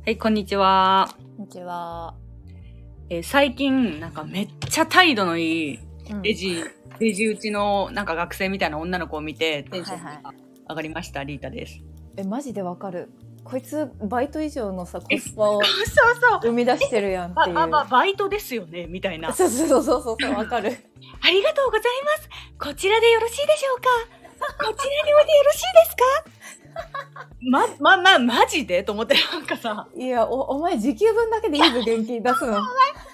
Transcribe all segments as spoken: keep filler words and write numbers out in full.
はい、こんにちは。 こんにちは。 えー最近、なんかめっちゃ態度のいいうんレジ、レジ打ちのなんか学生みたいな女の子を見て、テンションはいが上がりました。リータです。 え、マジでわかる。こいつバイト以上のさコえスパをそうそう。 生み出してるやんっていう。 ばばばバイトですよねみたいな。 そうそうそうそうそうわかる。 ありがとうございます。こちらでよろしいでしょうか。こちらにおいでよろしいですか。ま、ま、ま、マジでと思ってなんかさ、 いや お, お前時給分だけでいいぞ現金出すの。 本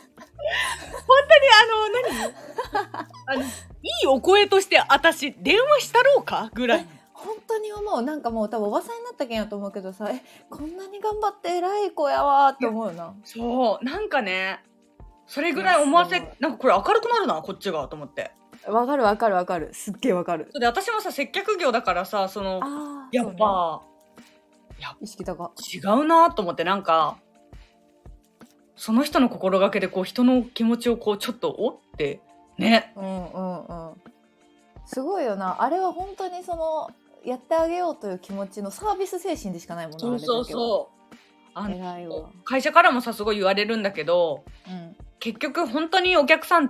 当にあの、何あの、いいお声として私電話したろうかぐらい。 本当に思う。なんかもう多分おばさんになったけんやと思うけどさ、えこんなに頑張って偉い子やわーって思うな。 そうなんかね、それぐらい思わせ、なんかこれ明るくなるなこっちがと思って。 わかるわかるわかる。すっげえわかる。 で私もさ接客業だからさ、そのあやっぱ、 ね、意識高違うなと思って、なんかその人の心がけでこう人の気持ちをこうちょっとおってね。 うんうんうん。すごいよな。あれは本当にそのやってあげようという気持ちのサービス精神でしかないもんな。 そうそうそう。あの偉いわ。 会社からもさすごい言われるんだけど、うん、結局本当にお客さんって、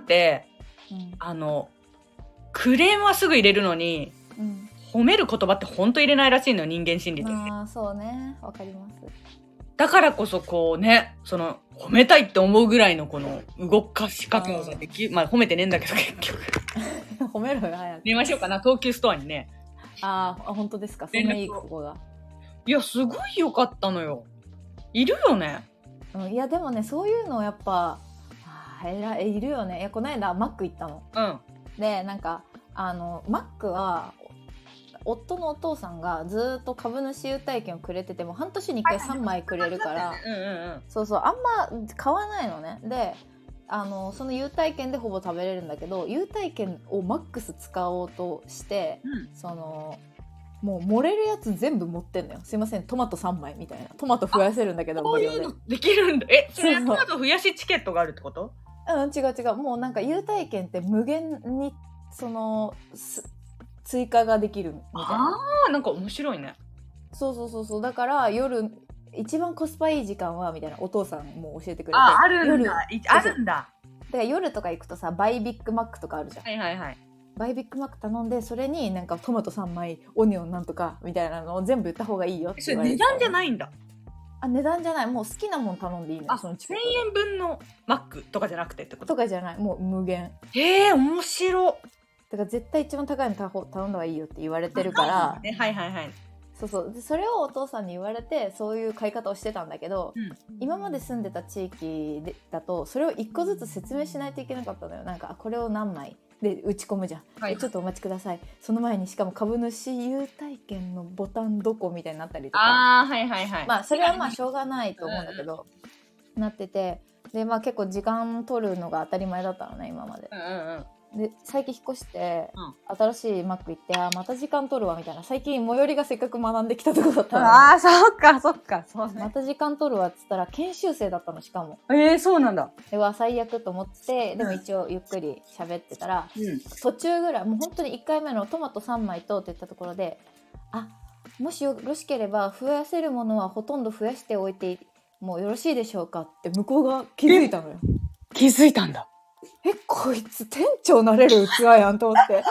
うん、あのクレームはすぐ入れるのに、うん、褒める言葉って本当入れないらしいのよ、人間心理として。 まあそうね、わかります。 だからこそこうね、その褒めたいって思うぐらいのこの動かし方をでき、まあ褒めてねえんだけど結局褒めろよ早く。 見ましょうかな、東急ストアにね。 ああ本当ですか。そんないいここが。 いやすごい良かったのよ。いるよね。 うん、いやでもねそういうのやっぱあえらいるよね。いやこの間マック行ったの。うん。でなんかあのマックは夫のお父さんがずっと株主優待券をくれてても半年にいっかいさんまいくれるから、そうそうあんま買わないのね。であのその優待券でほぼ食べれるんだけど、優待券をマックス使おうとして、うん、そのもう漏れるやつ全部持ってんのよ。すいませんトマトさんまいみたいな。トマト増やせるんだけど無料で。そういうのできるんだ。え、それはトマト増やしチケットがあるってこと？ うん違う違う。もうなんか優待券って無限にその追加ができるみたいな。 あーなんか面白いね。 そうそうそうそう。だから夜一番コスパいい時間はみたいなお父さんも教えてくれて。 ああるんだ。あるんだ。 だから夜とか行くとさバイビッグマックとかあるじゃん。 はいはいはい。 バイビッグマック頼んでそれになんかトマトさんまいオニオンなんとかみたいなのを全部言った方がいいよって言われて。 それ値段じゃないんだ。 あ値段じゃない。もう好きなもん頼んでいいの。 あそのせんえんぶんのマックとかじゃなくてってこと？ とかじゃない。もう無限。 へえ面白。 だから絶対一番高いの頼んだ方がいいよって言われてるから、 ね、はいはいはい。 そうそうでそれをお父さんに言われてそういう買い方をしてたんだけど、うん、今まで住んでた地域でだとそれを一個ずつ説明しないといけなかったのよ。なんかこれを何枚で打ち込むじゃん、はい、ちょっとお待ちください。その前にしかも株主優待券のボタンどこみたいになったりとか、 あーはいはいはい。 まあそれはまあしょうがないと思うんだけど、うん、なっててでまあ結構時間取るのが当たり前だったのね今まで。うんうんうんで最近引っ越して、うん、新しいマック行ってあまた時間取るわみたいな。最近最寄りがせっかく学んできたとこだったの。 ああそっかそっかそう、ね、 また時間取るわっつったら研修生だったの。しかもえー、そうなんだ。 では最悪と思ってでも一応ゆっくり喋ってたら、うん、途中ぐらいもう本当にいっかいめのトマトさんまいとって言ったところであもしよろしければ増やせるものはほとんど増やしておいてもうよろしいでしょうかって向こうが気づいたのよ。 気づいたんだ。 えこいつ店長なれる器やんと思ってこい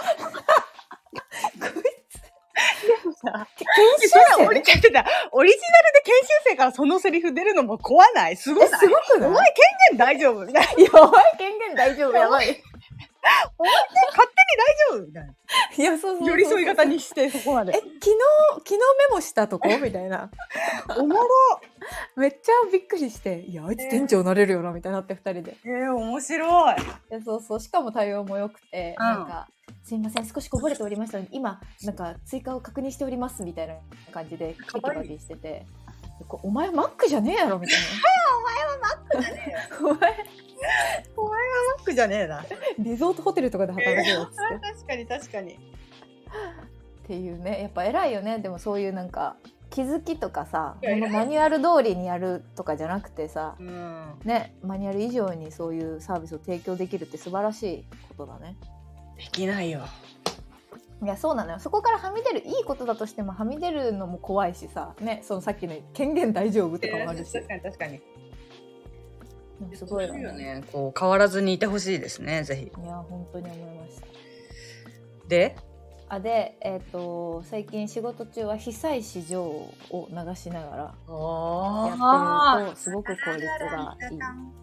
つでもさ研修生オリジナルで研修生からそのセリフ出るのも怖ない？すごい。すごくない？ お前権限大丈夫みたいな。 いやお前権限大丈夫やばいお前勝手に大丈夫みたいな。 いやそうそうそう寄り添い方にしてそこまで。 え昨日昨日メモしたとこみたいな。 おもろ。 めっちゃびっくりしていやあいつ店長なれるよなみたいになってふたりで。 えー、面白い。 でそうそうしかも対応も良くて、うん、なんかすいません少しこぼれておりましたので今なんか追加を確認しておりますみたいな感じでテキパキしててお前マックじゃねえやろみたいな。 お前はマックじゃねえよ。お前お前はマックじゃねえな。 リゾートホテルとかで働けよっつって確かに確かにっていうね。やっぱ偉いよね。でもそういうなんか気づきとかさこのマニュアル通りにやるとかじゃなくてさ、うん、ねマニュアル以上にそういうサービスを提供できるって素晴らしいことだね。 できないよ。 いやそうなのよ。そこからはみ出るいいことだとしてもはみ出るのも怖いしさね、そのさっきの権限大丈夫とかもあるし、 確かに確かにすごいよね。 よね、こう変わらずにいてほしいですね、ぜひ。 いや本当に思いました。 であで、えー、と最近仕事中は久石譲を流しながらやってるとすごく効率がいい。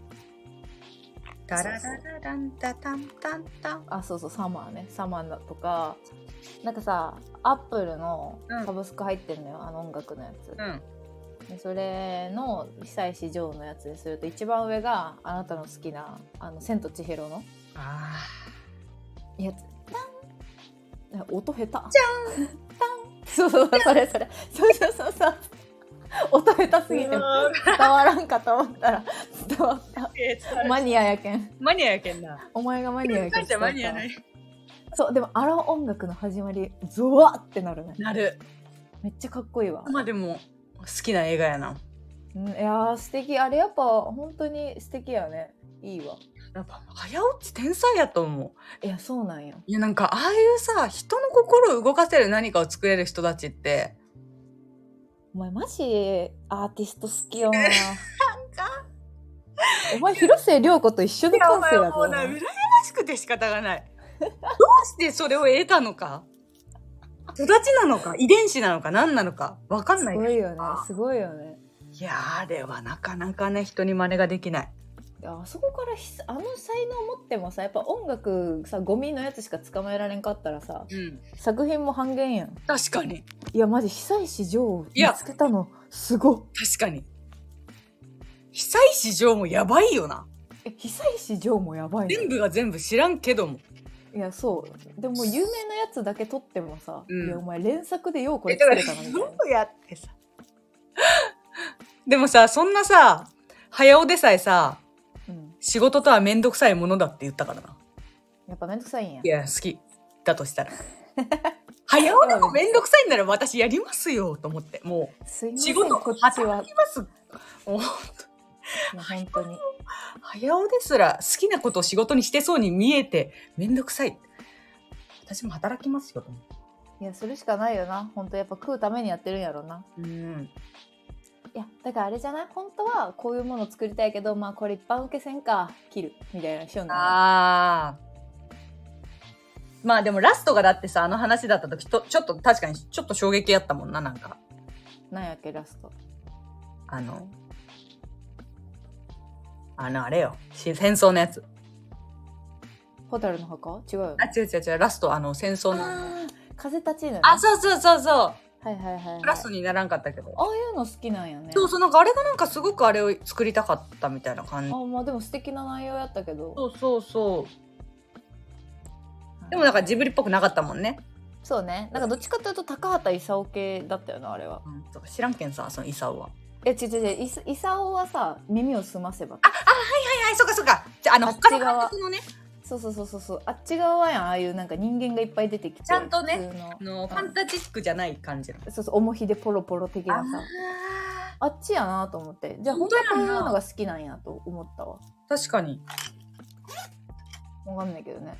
タラララランタタンタンタン。 あ、そうそう、サマーね、サマーだとか、なんかさ、アップルのサブスク入ってるのよ、うん、あの音楽のやつ。うんでそれの久石譲のやつですると一番上があなたの好きなあの千と千尋のあやつ。タン音下手。じゃん。タン。 そうそうそれそれ。そうそうそうそう。音下手すぎて伝わらんかと思ったら伝わった。マニアやけん。 マニアやけんな。 お前がマニアやけん。 じゃマニアない。 そうでもあの音楽の始まりゾワってなるね。 なる。 めっちゃかっこいいわ。 まあでも。好きな映画やな。 うん、いや素敵。あれやっぱ本当に素敵やね。いいわ。 やっぱ早尾って天才やと思う。いやそうなんよ。 いやなんかああいうさ人の心を動かせる何かを作れる人たちって。 お前マジアーティスト好きよな。なんかお前広末涼子と一緒の感性やぞ。 もうな羨ましくて仕方がない。どうしてそれを得たのか。育ちなのか遺伝子なのか何なのか分かんない。 すごいよね。すごいよね。 いやあれはなかなかね人に真似ができない。 いやあそこからあの才能を持ってもさやっぱ音楽さゴミのやつしか捕まえられんかったらさ、うん、作品も半減やん。 確かに。 いやマジ久石譲を見つけたのすごっ。 確かに久石譲もやばいよな。 え久石譲もやばいの。 全部が全部知らんけども。 いやそうでも有名なやつだけ撮ってもさ、うん、いやお前連作でようこれ作れたのみたいな。 どうやってさでもさそんなさ早尾でさえさ、うん、仕事とはめんどくさいものだって言ったからな。 やっぱめんどくさいんや。 いや好きだとしたら早尾でもめんどくさいんなら私やりますよと思ってもう仕事こっちは働きますもう本当に早尾ですら好きなことを仕事にしてそうに見えてめんどくさい。私も働きますよと思って。 いやそれしかないよな。本当やっぱ食うためにやってるんやろうな。うん。いやだからあれじゃない。本当はこういうものを作りたいけどまあこれ一般受けせんか切るみたいな人になる。ああ。 まあでもラストがだってさあの話だった時とちょっと確かにちょっと衝撃やったもんな。なんかなんやっけラスト。 あのあのあれよ戦争のやつ。 ホタルの墓違うよ、ね。 あ違う違う違うラストあの戦争の風立ちぬ、ね、 あそうそうそうそうはいはいはい、はい、 ラストにならんかったけどああいうの好きなんやね。 そうそうなんかあれがなんかすごくあれを作りたかったみたいな感じ。 あまあでも素敵な内容やったけど。 そうそうそうでもなんかジブリっぽくなかったもんね。 そうねなんかどっちかというと高畑勲系だったよなあれは、 うん、知らんけんさその勲は。 え違う違う勲はさ耳を澄ませばああはいはいはいそうかそうかじゃあの他の監督のねそうそうそうそうそうあっち側やんああいうなんか人間がいっぱい出てきてちゃんとねのファンタジックじゃない感じのそうそう重ひでポロポロ的なさ あ, あっちやなと思ってじゃあ本当にこういうのが好きなんやと思ったわ。 確かにわかんないけどね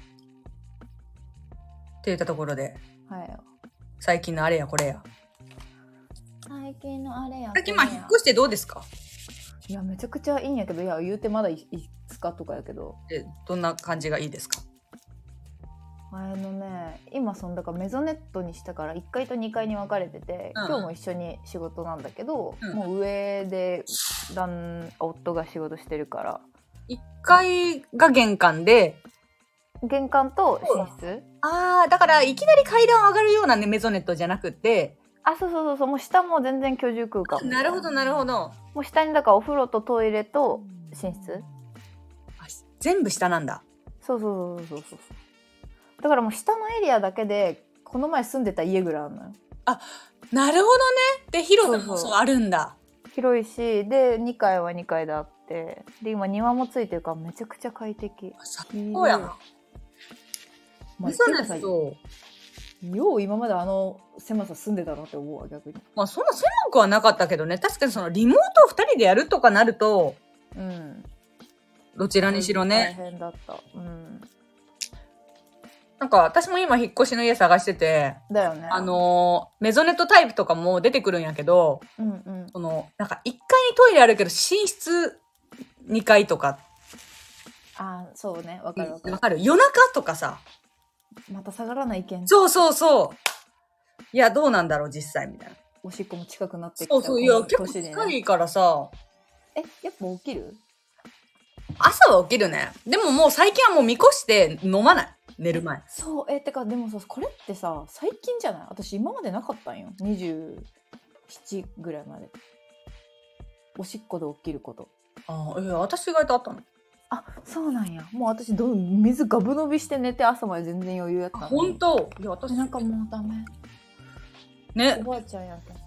って言ったところで、 はい、 最近のあれやこれや最近のあれや最近まあ引っ越してどうですか。 いやめちゃくちゃいいんやけどいや言うてまだいつかとかやけどえどんな感じがいいですか。 あのね今そのだからメゾネットにしたからいっかいとにかいに分かれてて、うん、今日も一緒に仕事なんだけど、うん、もう上で旦夫が仕事してるからいっかいが玄関で玄関と寝室。 ああだからいきなり階段上がるようなねメゾネットじゃなくてあそうそうそうそうもう下も全然居住空間。 なるほどなるほど。 もう下にだからお風呂とトイレと寝室あ全部下なんだ。 そうそうそうそうそうだからもう下のエリアだけでこの前住んでた家ぐらいあるのよ。 あなるほどね。で広さもそうあるんだ。 広いしでにかいはにかいであってで今庭もついてるからめちゃくちゃ快適。 そうやな。まあ、そうなんよう今まであの狭さ住んでたなって思うわ逆に。 まあそんな狭くはなかったけどね確かにそのリモートをふたりでやるとかなるとうんどちらにしろね大変だった。うんなんか私も今引っ越しの家探してて、 だよね。 あのー、メゾネットタイプとかも出てくるんやけど、うんうん、そのなんかいっかいにトイレあるけど寝室にかいとか。 あ、そうね、わかるわかる。 わかる。夜中とかさ。 また下がらないけん。 そうそうそう。いや、どうなんだろう実際みたいな。 おしっこも近くなってきた。そうそう、いや、結構近いからさ。 え、やっぱ起きる？ 朝は起きるね。でももう最近はもう見越して飲まない。寝る前。 そう、え、てかでもさ、これってさ、最近じゃない？私今までなかったんよ。にじゅうななぐらいまで。おしっこで起きること。 ああ、いや、私意外とあったの。 あ、そうなんや。もう私どん水ガブ飲みして寝て朝まで全然余裕やったのに。 ほんと？いや、私なんかもうダメ。 ね。 おばあちゃんやけん。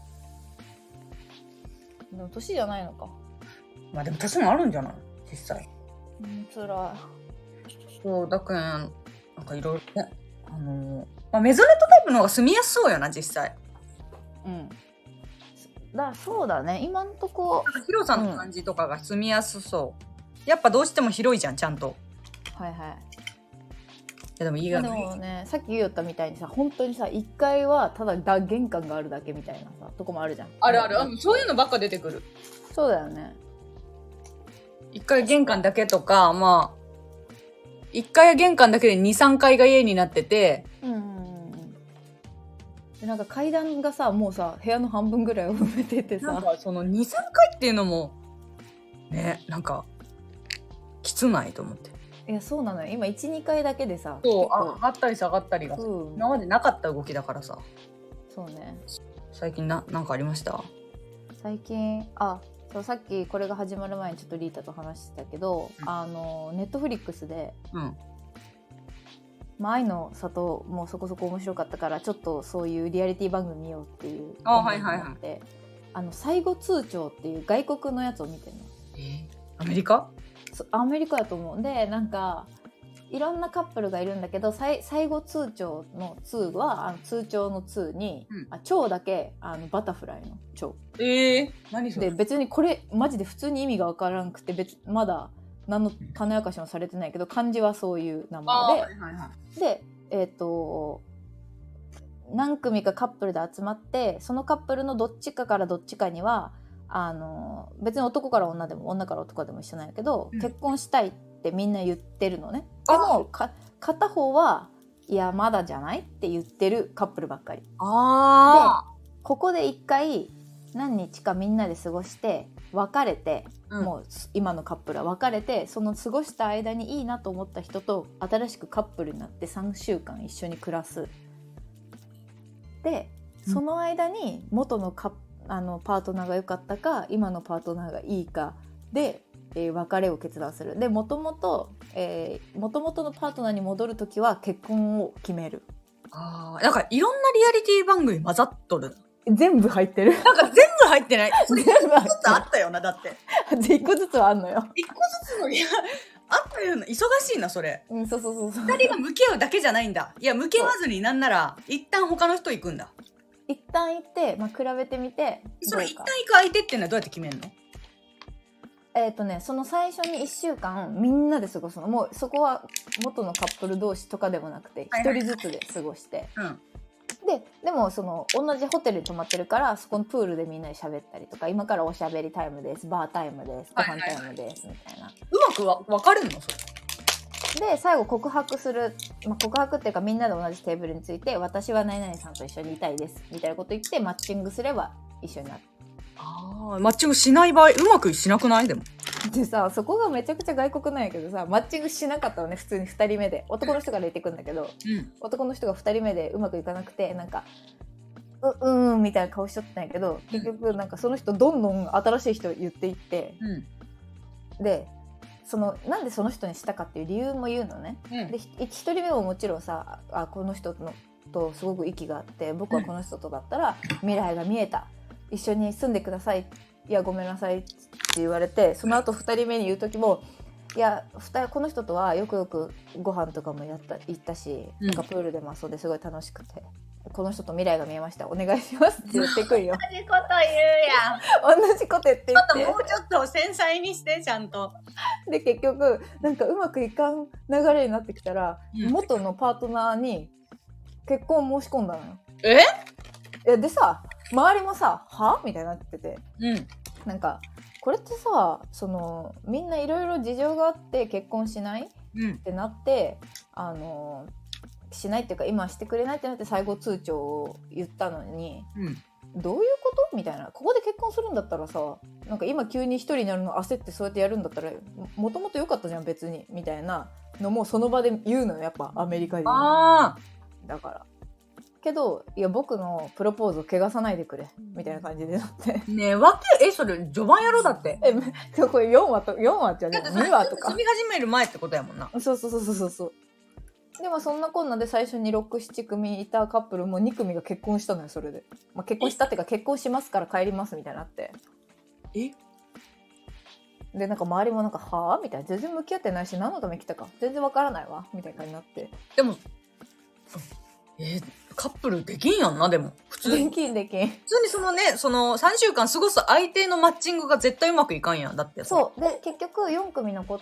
でも年じゃないのか。 まあでも年もあるんじゃない？実際。 うん、つらい。そう、だけん、なんかいろいろね。あのー、まあ、メゾネットタイプの方が住みやすそうよな、実際。 うん。だそうだね、今んとこ。 なんか広さの感じとかが住みやすそう。うん、やっぱどうしても広いじゃん、ちゃんと。 はいはい。いやでもいいがね。でもね、さっき言ったみたいにさ、本当にさ、いっかいはただだ玄関があるだけみたいなさ、とこもあるじゃん。 あるある。あ、そういうのばっか出てくる。 そうだよね。 いっかい玄関だけとか、まあ、いっかいは玄関だけでに、さんかいが家になってて、うんうんうん。でなんか階段がさ、もうさ、部屋の半分ぐらいを埋めててさ。 なんかそのに、さんかいっていうのも、ね、なんか、きつないと思って。 いや、そうなのよ。今いち、にかいだけでさ。 そう、上がったり下がったりが、うん、今までなかった動きだからさ。 そうね。 最近な、なんかありました？ 最近、あ、そうさっきこれが始まる前にちょっとリータと話してたけど、うん、あのネットフリックスで、うん、まあ、愛の里もそこそこ面白かったからちょっとそういうリアリティ番組見ようっていう思いがあって、あの最後通帳っていう外国のやつを見てるの。 えー、アメリカ？ アメリカだと思う。でなんかいろんなカップルがいるんだけど、最後通帳の通はあの通帳の通に、うん、あ蝶だけあのバタフライの蝶。 えー、何それ？ で別にこれマジで普通に意味が分からんくて、別まだ何の種明かしもされてないけど漢字はそういう名前で、はいはいはい、でえっ、ー、と何組かカップルで集まって、そのカップルのどっちかからどっちかにはあの別に男から女でも女から男でも一緒なんやけど、うん、結婚したいってみんな言ってるのね。でもか片方はいやまだじゃないって言ってるカップルばっかり。あでここで一回何日かみんなで過ごして別れて、うん、もう今のカップルは別れて、その過ごした間にいいなと思った人と新しくカップルになってさんしゅうかん一緒に暮らす。でその間に元のカッあのパートナーが良かったか今のパートナーがいいかで、えー、別れを決断する。でもともともともとのパートナーに戻るときは結婚を決める。ああ、なんかいろんなリアリティ番組混ざっとる。 全部入ってる。 なんか全部入ってない。それ全部ずつあったよな、だって。 一個ずつはあんのよ。 一個ずつの、いや、あったよな。忙しいな、それ。 うん、そうそうそうそう。 二人が向き合うだけじゃないんだ。いや、向き合わずになんなら、一旦他の人行くんだ。 一旦行って、まあ、比べてみて。 その一旦行く相手っていうのはどうやって決めるの？ えっとね、その最初にいっしゅうかんみんなで過ごすの。もうそこは元のカップル同士とかでもなくて、一人ずつで過ごして。はいはい、うん。で, でもその同じホテルに泊まってるからそこのプールでみんなで喋ったりとか、今からおしゃべりタイムです、バータイムです、ご飯タイムです、みたいな。うまくわ分かるのそれで最後告白する、まあ、告白っていうかみんなで同じテーブルについて私は何々さんと一緒にいたいですみたいなこと言ってマッチングすれば一緒になる。 あー、マッチングしない場合うまくしなくない？でもでさ、そこがめちゃくちゃ外国なんやけどさ、マッチングしなかったのね。普通にふたりめで男の人から入れてくんだけど、うん、男の人がふたりめでうまくいかなくてなんかううーんみたいな顔しちゃったんやけど、結局なんかその人どんどん新しい人言っていって、うん、でそのなんでその人にしたかっていう理由も言うのね、うん、でひとりめももちろんさ、あこの人のとすごく息があって僕はこの人とだったら未来が見えた、一緒に住んでください、いやごめんなさいって言われて、その後ふたりめに言う時もいやこの人とはよくよくご飯とかもやった行ったし、うん、なんかプールでも遊んですごい楽しくてこの人と未来が見えましたお願いしますって言ってくるよ。 同じこと言うやん同じこと言って言ってちょっともうちょっと繊細にしてちゃんと。 で結局なんかうまくいかん流れになってきたら、うん、元のパートナーに結婚申し込んだのよ。 えいやでさ周りもさはみたいになってて、 うん、 なんかこれってさそのみんないろいろ事情があって結婚しない、うん、ってなってあのしないっていうか今してくれないってなって最後通帳を言ったのに、うん、どういうことみたいな。ここで結婚するんだったらさなんか今急に一人になるの焦ってそうやってやるんだったら も, もともと良かったじゃん別にみたいなのもその場で言うのよやっぱアメリカ人。 あだからけどいや僕のプロポーズを汚さないでくれみたいな感じでなってねえわけえそれ序盤やろうだってえこれよんわとよんわじゃねにわとか住み始める前ってことやもんな。 そうそうそうそうそう。でもそんなこんなで最初にろく、なな組いたカップルもに組が結婚したのよそれで、まあ、結婚したっていうか結婚しますから帰りますみたいになって。 えでなんか周りもなんかはぁみたいな全然向き合ってないし何のために来たか全然わからないわみたいな感じになって。 でもえー、カップルできんやんな。でも普通できんできん普通にそのねそのさんしゅうかん過ごす相手のマッチングが絶対うまくいかんやん。だってそうで結局よん組残って、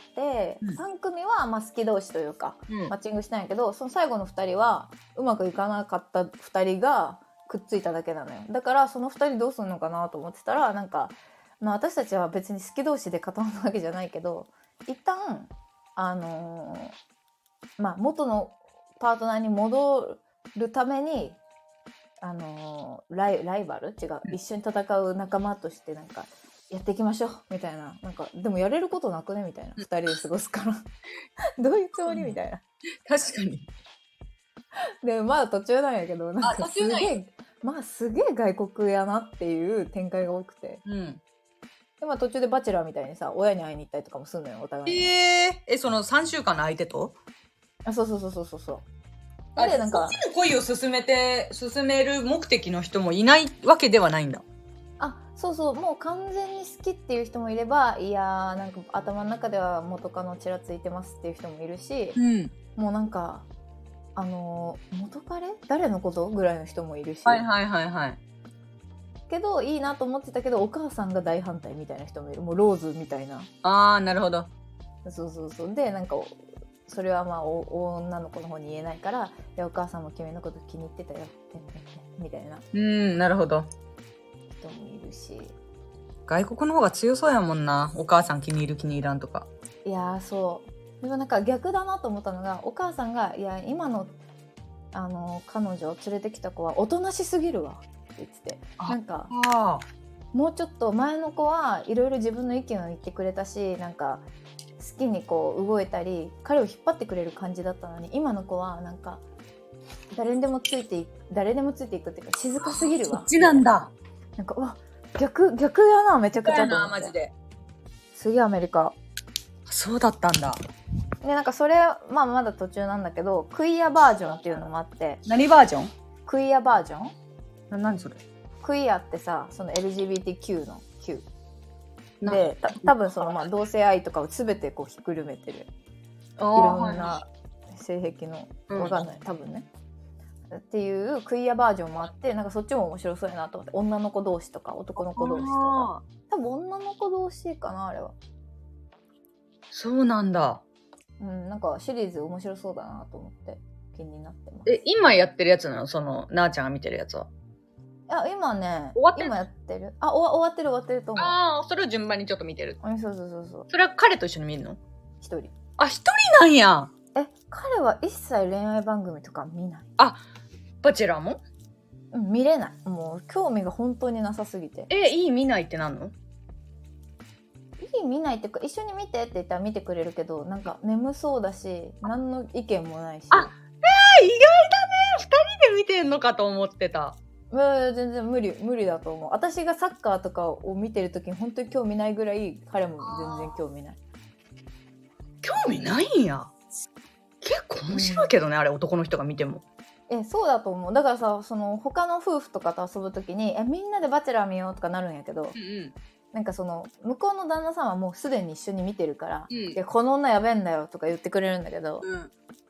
うん、さん組はまあ好き同士というか、うん、マッチングしたんやけどその最後のふたりはうまくいかなかったふたりがくっついただけなのよ。だからそのふたりどうするのかなと思ってたらなんか、まあ、私たちは別に好き同士で固まったわけじゃないけど一旦あのー、まあ元のパートナーに戻るためにあのー、ライ、ライバル違う一緒に戦う仲間としてなんかやっていきましょうみたいな。なんかでもやれることなくねみたいな。ふたりで過ごすからどういうつもりみたいな。 確かに。 でまだ途中なんやけどなんかすげえまあすげえ外国やなっていう展開が多くて、うん、でまあ途中でバチェラーみたいにさ親に会いに行ったりとかもすんのよお互いに。 えー、えそのさんしゅうかんの相手とあそうそうそうそうそうそう。 あれなんかそっちの恋を進めて進める目的の人もいないわけではないんだ。 あそうそうもう完全に好きっていう人もいればいやーなんか頭の中では元カノちらついてますっていう人もいるし、うん、もうなんかあのー、元彼誰のことぐらいの人もいるし、 はいはいはいはいけどいいなと思ってたけどお母さんが大反対みたいな人もいる。もうローズみたいな。 あーなるほど。 そうそうそうでなんかそれはまあ女の子の方に言えないからいやお母さんも君のこと気に入ってたよみたいな。 うんなるほど。 人もいるし外国の方が強そうやもんな。お母さん気に入る気に入らんとか。 いやそうでもなんか逆だなと思ったのがお母さんがいや今のあの彼女を連れてきた子はおとなしすぎるわって言っててなんかもうちょっと前の子はいろいろ自分の意見を言ってくれたしなんか好きにこう動いたり彼を引っ張ってくれる感じだったのに今の子はなんか誰にでもついてい誰でもついていくっていうか静かすぎるわ。 そっちなんだ。 なんかうわ逆逆やなめちゃくちゃと思って。 マジで。 すげえアメリカ。 そうだったんだ。 でなんかそれまあまだ途中なんだけどクイアバージョンっていうのもあって。 何バージョン？ クイアバージョン？ な何それ？ クイアってさその エルジービーティーキュー の Q。でた多分そのまあ同性愛とかを全てこうひっくるめてるいろんな性癖のわかんない、うん、多分ねっていうクイアバージョンもあってなんかそっちも面白そうやなと思って女の子同士とか男の子同士とか多分女の子同士かなあれは。 そうなんだ。 うんなんかシリーズ面白そうだなと思って気になってます。 え今やってるやつなのそのなあちゃんが見てるやつは？ いや今ね終わってる今やってるあ終わ、終わってる終わってると思う。 ああそれを順番にちょっと見てる。 そうそうそうそう。 それは彼と一緒に見るの？ 一人。 あ一人なんや。 え彼は一切恋愛番組とか見ない。 あバチェラーも？ うん、見れない。もう興味が本当になさすぎて。 えいい見ないってなんの？ いい見ないっていうか一緒に見てって言ったら見てくれるけどなんか眠そうだし何の意見もないし。 あえー、意外だね。二人で見てんのかと思ってた。 全然無理無理だと思う。私がサッカーとかを見てる時に本当に興味ないぐらい彼も全然興味ない。 興味ないんや。結構面白いけどね、うん、あれ男の人が見ても。 えそうだと思う。だからさその他の夫婦とかと遊ぶ時にえみんなでバチェラー見ようとかなるんやけど、うんうん、なんかその向こうの旦那さんはもうすでに一緒に見てるから、うん、いやこの女やべえんだよとか言ってくれるんだけど、うん、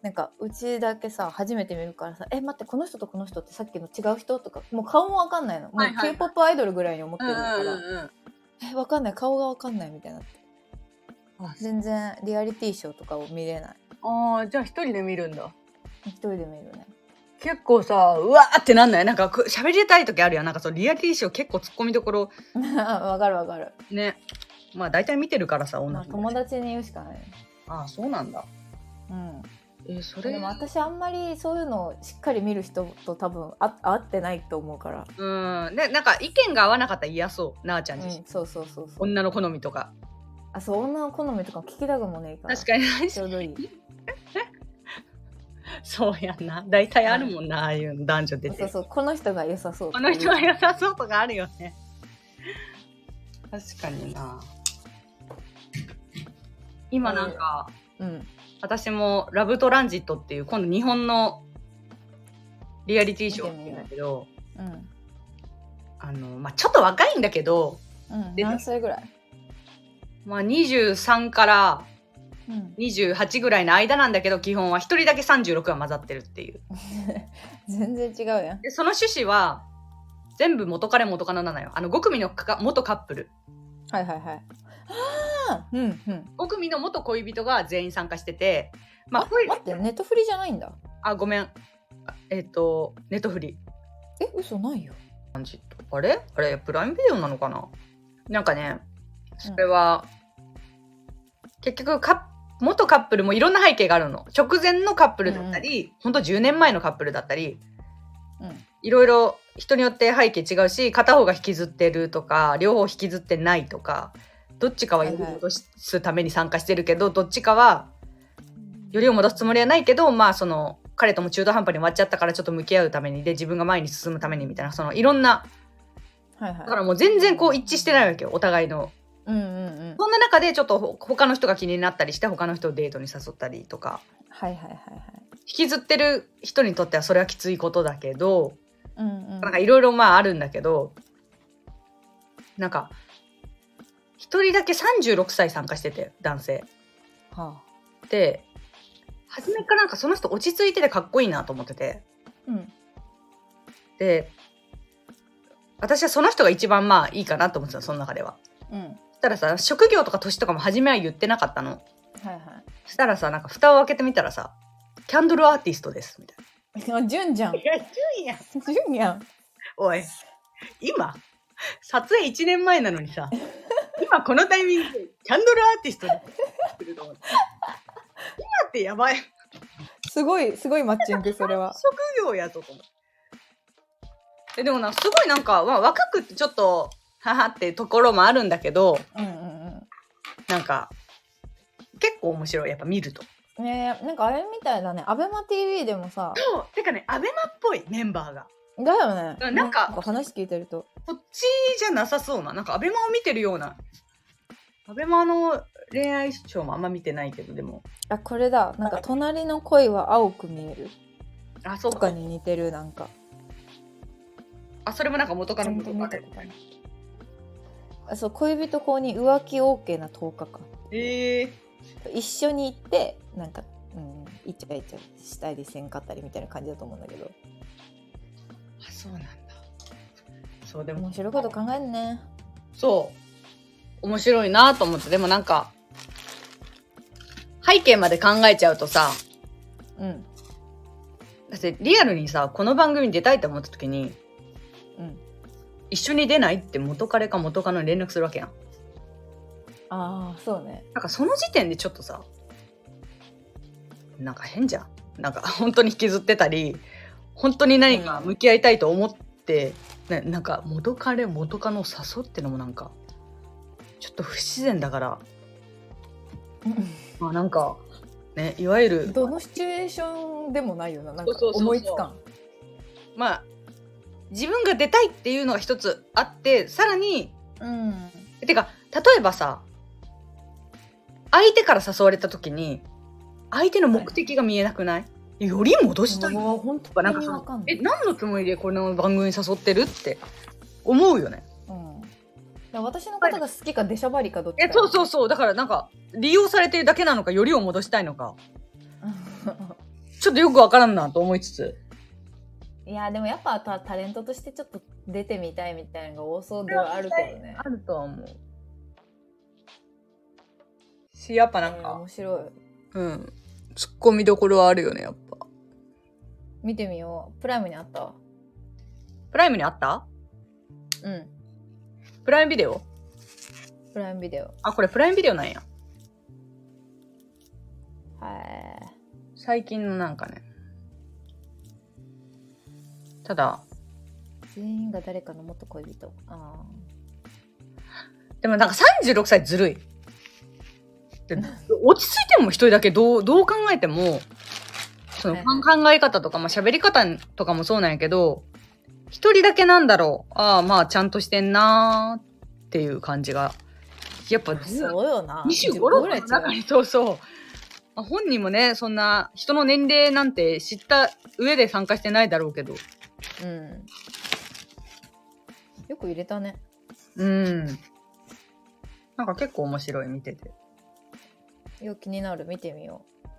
なんかうちだけさ初めて見るからさ、え待ってこの人とこの人ってさっきの違う人とかもう顔もわかんないの、はいはいはい、もう K-ポップ アイドルぐらいに思ってるから、うんうんうん、えわかんない顔がわかんないみたいになって、全然リアリティショーとかを見れない。 ああじゃあ一人で見るんだ。 一人で見るね。 結構さうわーってなんないなんか喋りたい時あるやん。なんかそうリアリティショー結構ツッコミどころわかるわかるね。まあ大体見てるからさ女の子、まあ、友達に言うしかない。 ああそうなんだ。 うんえー、それでも私あんまりそういうのをしっかり見る人と多分あ合ってないと思うから。 うんでなんか意見が合わなかったら嫌そうなあちゃん自身、 うん、そうそうそうそう。 女の好みとか。 あそう女の好みとか聞きたくもねえから。 確かにちょうどいいそうやんな大体あるもんな、はい、ああいう男女出て。 そうそうこの人が良さそうこの人が良さそうとかあるよね。確かにな。今なんか、 うん、 私もラブトランジットっていう今度日本のリアリティショーっていうんだけど、うん、あのまあちょっと若いんだけど、 うん、何歳ぐらい？ まあにじゅうさんからにじゅうはちぐらいの間なんだけど、基本は一人だけさんじゅうろくが混ざってるっていう全然違うやん。 でその趣旨は全部元彼元カノなのよ。あのご組のか元カップル。 はいはいはい。あうんうん。 ご組の元恋人が全員参加してて、 まあ、あ待ってネットフリじゃないんだ。 あごめんえっ、ー、とネットフリ。 え嘘ないよ。 あれあれプライムビデオなのかな。なんかねそれは、うん、結局カ元カップルもいろんな背景があるの。直前のカップルだったり、うん、ほんとじゅうねんまえのカップルだったり、うん、いろいろ人によって背景違うし、片方が引きずってるとか両方引きずってないとか、どっちかはより戻すために参加してるけど、はいはい、どっちかはよりを戻すつもりはないけど、まあその彼とも中途半端に終わっちゃったからちょっと向き合うためにで自分が前に進むためにみたいな、そのいろんな、はいはい、だからもう全然こう一致してないわけよお互いの。うんうんうん、そんな中でちょっと他の人が気になったりして他の人をデートに誘ったりとか、 はいはいはいはい、 引きずってる人にとってはそれはきついことだけど、 うんうん、 なんかいろいろまああるんだけど、なんか一人だけさんじゅうろくさい参加してて男性、はあ、で初めからなんかその人落ち着いててかっこいいなと思ってて、うん、で私はその人が一番まあいいかなと思ってたその中では。うんしたらさ職業とか年とかも初めは言ってなかったの。はいはい。したらさなんか蓋を開けてみたらさキャンドルアーティストですみたいな。 純じゃん。 いや純やん。 純やん。 おい今撮影いちねんまえなのにさ今このタイミングでキャンドルアーティストですると思って今ってやばい。 すごいすごいマッチングそれは。 職業やぞと思って。えでもなすごいなんか、まあ、若くってちょっと母ってところもあるんだけど、うんうんうん、なんか結構面白いやっぱ見ると。 ねえなんかあれみたいだねアベマ ティーブイ でもさ。 そうてかねアベマっぽいメンバーが。 だよね。 なんか、 なんか話聞いてるとこっちじゃなさそうななんかアベマを見てるような。アベマの恋愛ショーもあんま見てないけどでもあこれだなんか隣の恋は青く見えるあそうかとかに似てるなんかあそれもなんか元カノ元カノみたいな。 あそう恋人法に浮気 OK なとおかかん。 えー、 一緒に行ってなんか、うん、イチャイチャしたりせんかったりみたいな感じだと思うんだけど。 あそうなんだ。そうでも面白いこと考えるね。 そう面白いなと思って。でもなんか背景まで考えちゃうとさ、うん、だってリアルにさこの番組に出たいと思った時に、うん、一緒に出ないって元彼か元カノに連絡するわけやん。 ああそうね。 なんかその時点でちょっとさなんか変じゃん。なんか本当に引きずってたり本当に何か向き合いたいと思って、うん、ね、なんか元彼元カノを誘ってのもなんかちょっと不自然だから、うん、まあなんかねいわゆるどのシチュエーションでもないよな。なんか思いつかん。 まあ自分が出たいっていうのが一つあってさらに、うん、てか例えばさ相手から誘われた時に相手の目的が見えなくない？はい、より戻したいの本当に分かんない。 え何のつもりでこの番組に誘ってるって思うよね。 うん、私のことが好きか出しゃばりかどっちか。 えそうそうそうだからなんか利用されてるだけなのかよりを戻したいのかちょっとよくわからんなと思いつつ。 いやでもやっぱタタレントとしてちょっと出てみたいみたいなのが多そうではあるけどね。 あるとは思うし、やっぱなんか、えー、 面白い。 うん、ツッコミどころはあるよね、やっぱ。 見てみよう。プライムにあった？ プライムにあった？ うん。 プライムビデオ？ プライムビデオ。 あ、これプライムビデオなんや。 はい。 最近のなんかね。ただ全員が誰かの元恋人。ああ。 でもなんかさんじゅうろくさいずるい。落ち着いても一人だけどうどう考えてもその考え方とか、まあ、喋り方とかもそうなんやけど、一人だけなんだろう。ああ、まあちゃんとしてんなーっていう感じが。やっぱそうよな。 にじゅうご、ろくの中にそうそう。まあ、本人もね、そんな人の年齢なんて知った上で参加してないだろうけど。 うん。よく入れたね。 うん。なんか結構面白い、見てて。 よ、気になる。見てみよう。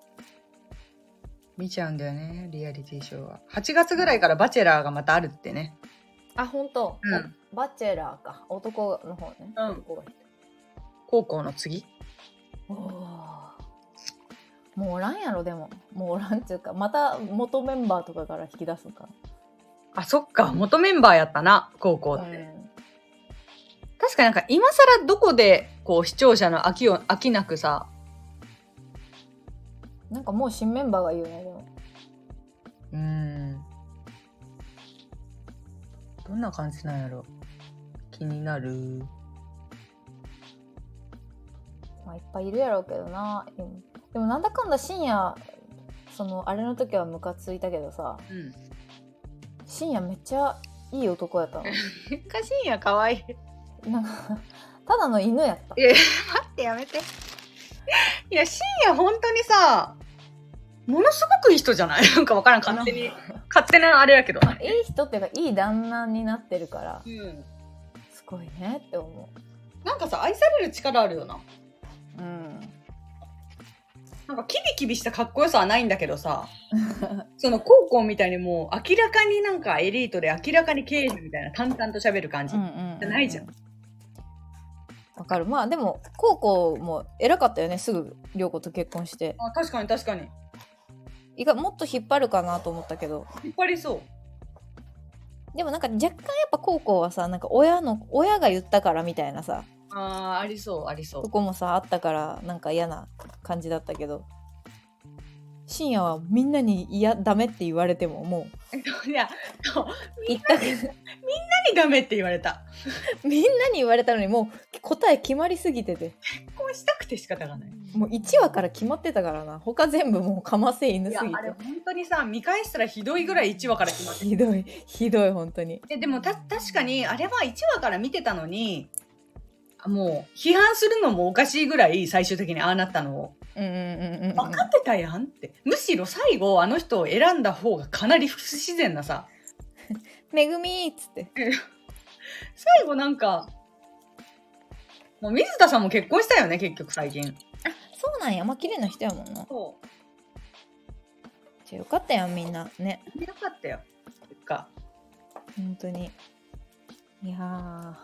見ちゃうんだよね、リアリティショーは。はちがつぐらいからバチェラーがまたあるってね。 あ、ほんと、 うん、 バチェラーか。男の方ね。 うん。 男が高校の次。 おもうおらんやろ、でも。もうおらんっていうか、また元メンバーとかから引き出すか。 あ、そっか。元メンバーやったな、高校って。うん、確かになんか今更どこでこう視聴者の飽きを飽きなくさ、 なんかもう新メンバーが言うね。でもうーん、どんな感じなんやろ、気になる。 まあいっぱいいるやろうけどな。でもなんだかんだ深夜そのあれの時はムカついたけどさ、うん、深夜めっちゃいい男やったの。 深夜かわいい。なんかただの犬やった。 いや待ってやめて。いや深夜本当にさ、ものすごくいい人じゃない？なんかわからん、勝手に勝手なあれやけど。 いい人っていうかいい旦那になってるから、うん、すごいねって思う。 なんかさ、愛される力あるよな。うん。なんかキビキビしたかっこよさはないんだけどさその高校みたいにもう明らかになんかエリートで明らかに経営者みたいな淡々と喋る感じじゃないじゃん。 わかる。まあでも高校も偉かったよね、すぐ涼子と結婚して。 あ、確かに確かに。 いかもっと引っ張るかなと思ったけど。 引っ張りそう。 でもなんか若干やっぱ高校はさ、なんか親の親が言ったからみたいなさ、 あー、ありそうありそう。 そこもさあったからなんか嫌な感じだったけど、深夜はみんなにいやダメって言われてももういやそうみんなにみんなにダメって言われたみんなに言われたのにもう答え決まりすぎてて、 結婚したくて仕方がない。 もういちわから決まってたからな。他全部もうかませ犬すぎて。いやあれ本当にさ、見返したらひどいぐらいいちわから決まってた。 ひどいひどい本当に。 えでもた確かにあれはいちわから見てたのに、もう批判するのもおかしいぐらい最終的にああなったのを、うんうんうんうん、分かってたやんって。むしろ最後あの人を選んだ方がかなり不自然なさめぐみーっつって最後なんかもう水田さんも結婚したよね結局最近。 あ、そうなんや。まあ綺麗な人やもんな。そう。じゃあよかったよみんなね。 よかったよ。か本当に。いやー。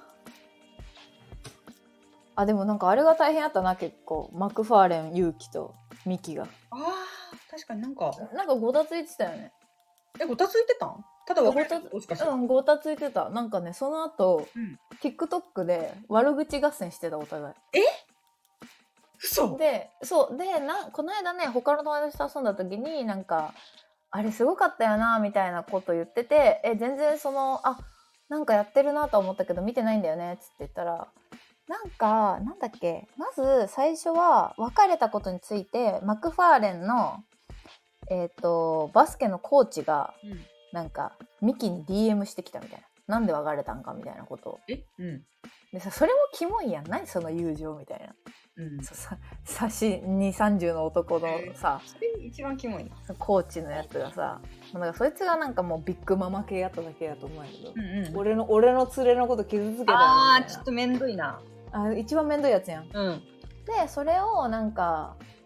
あ、でもなんかあれが大変やったな結構。マクファーレン勇気とミキが。 あー、確かになんかなんかごたついてたよね。 え、ごたついてたん？ただごたつ、うん、ごたついてた。なんかね、その後、うん、TikTok で悪口合戦してたお互い。 え？嘘？ で、そうでな、この間ね他の友達と遊んだ時になんかあれすごかったよなみたいなこと言ってて、え全然そのあなんかやってるなと思ったけど見てないんだよねっつって言ったら、なんかなんだっけ、まず最初は別れたことについてマクファーレンのえっとバスケのコーチが、うん、なんかミキに ディーエム してきたみたいな、なんで別れたんかみたいなことを。 え、うん、 でさ、それもキモいやん、何その友情みたいな、うん、さ差しにさんじゅうの男のさ、 それ一番キモいなコーチのやつがさ、なんかそいつがなんかもうビッグママ系やっただけやと思うんやけど、うんうん、俺の俺の連れのこと傷つけたみたいな。 あーちょっとめんどいな。 あ、一番めんどいやつやん、うん、でそれをなんか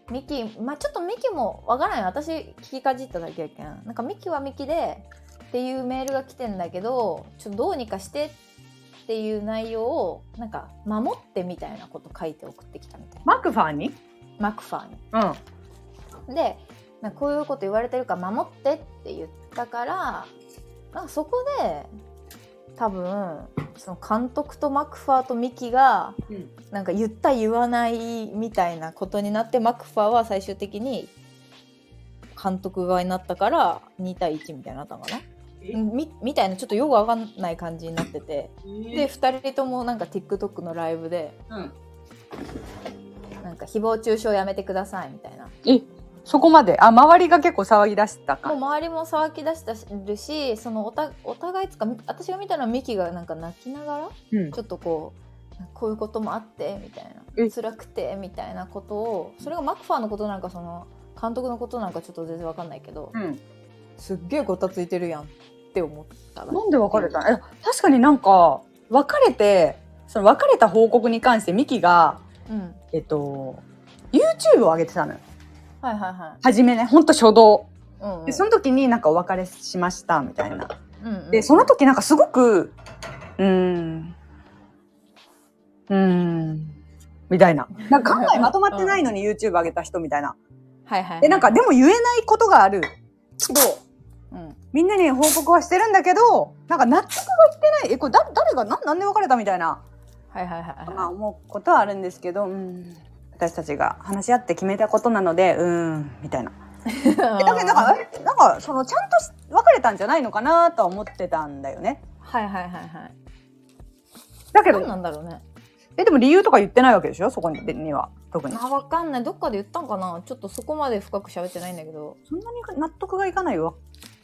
ミキ、まあちょっとミキもわからない、私聞きかじっただけやけん、なんかミキはミキでっていうメールが来てんだけど、ちょっとどうにかしてっていう内容をなんか守ってみたいなこと書いて送ってきたみたいな。 マクファーにマクファーに。 うん。 で、なんかこういうこと言われてるから守ってって言ったから、なんかそこで多分その監督とマクファーとミキがなんか言った言わないみたいなことになって、マクファーは最終的に監督側になったからにたいいちみたいになったのかな み, みたいな、ちょっとよくわかんない感じになってて、でふたりともなんか TikTok のライブで、うん、なんか誹謗中傷やめてくださいみたいな。 えそこまで、あ、周りが結構騒ぎ出したか。 もう周りも騒ぎ出したるし、そのおたお互いつか、私が見たのはミキがなんか泣きながら、うん、ちょっとこうこういうこともあってみたいな、辛くてみたいなことを、それがマクファーのことなんかその監督のことなんかちょっと全然わかんないけど、うん、すっげえごたついてるやんって思ったら。なんで別れたの？え、 確かになんか別れて、その別れた報告に関してミキが、うん、えっと YouTube を上げてたのよ。 はいはいはい。 初めね、ほんと初動、うんうん、でその時になんかお別れしましたみたいな、うんうん、でその時なんかすごくうーんうーんみたいな、なんか考えまとまってないのに YouTube 上げた人みたいな、はいはいはい、でなんかでも言えないことがあるけど、うん、みんなに報告はしてるんだけど、なんか納得がいってない、えこれだ誰がななんで別れたみたいな、はいはいはいはい、まあ思うことはあるんですけど、うん、私たちが話し合って決めたことなので、うーんみたいなだけどなんかなんかそのちゃんと別れたんじゃないのかなとは思ってたんだよね。 はいはいはいはい。 だけど何なんだろうね。 えでも理由とか言ってないわけでしょ、そこには特に。 あ、分かんない、どっかで言ったんかな、ちょっとそこまで深く喋ってないんだけど。 そんなに納得がいかないわ。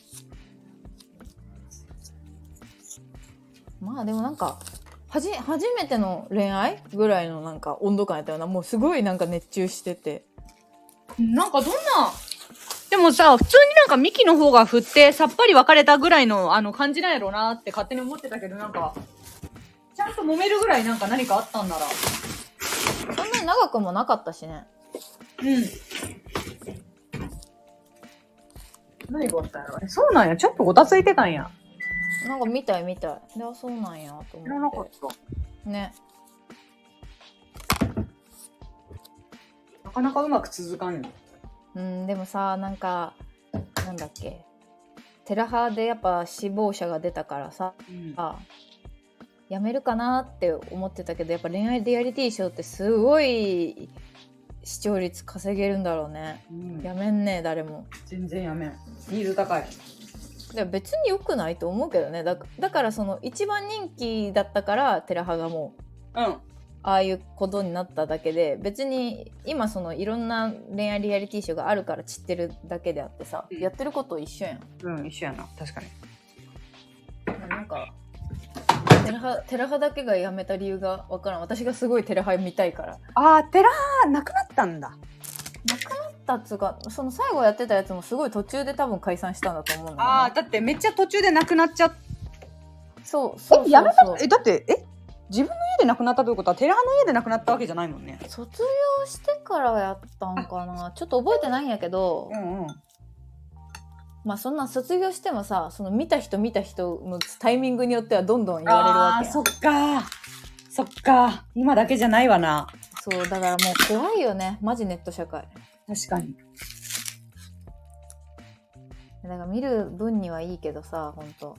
まあでもなんかはじ初めての恋愛ぐらいのなんか温度感やったような、もうすごいなんか熱中してて、 なんかどんな、でもさ普通になんかミキの方が振ってさっぱり別れたぐらいのあの感じなんやろうなって勝手に思ってたけど、なんかちゃんと揉めるぐらいなんか何かあったんなら、 そんなに長くもなかったしね。 うん。何があったんやろ。え、そうなんや、ちょっとごたついてたんや。 なんか見たい見たい。で、あ、そうなんやと思って。知らなかった。ね。 なかなかうまく続かんよ。 うん、でもさ、なんかなんだっけ、テラハでやっぱ死亡者が出たからさ、うん、あやめるかなって思ってたけど、やっぱ恋愛リアリティショーってすごい視聴率稼げるんだろうね、うん、やめんね、誰も。 全然やめん、ニーズ高い。 で別に良くないと思うけどね。 だ, だからその一番人気だったからテラハがもう、うん、ああいうことになっただけで、別に今そのいろんな恋愛リアリティショーがあるから散ってるだけであってさ、うん、やってること一緒やん。 うん、一緒やな、確かに。 なんかテラハ、テラハだけがやめた理由がわからん。私がすごいテラハ見たいから。 あー、テラハなくなったんだ。 なくなったっつうか、その最後やってたやつもすごい途中で多分解散したんだと思うんだよね。 あー、だってめっちゃ途中でなくなっちゃっそうそうそうそう。 え、やめた、え、だってえ自分の家で亡くなったということはテラハの家で亡くなったわけじゃないもんね。 卒業してからやったんかな、ちょっと覚えてないんやけど、うんうん、まあそんな卒業してもさ、その見た人見た人のタイミングによってはどんどん言われるわけやん。 あー、そっかそっか、今だけじゃないわな。 そうだからもう怖いよね、マジネット社会。 確かに。 だから見る分にはいいけどさ、ほんと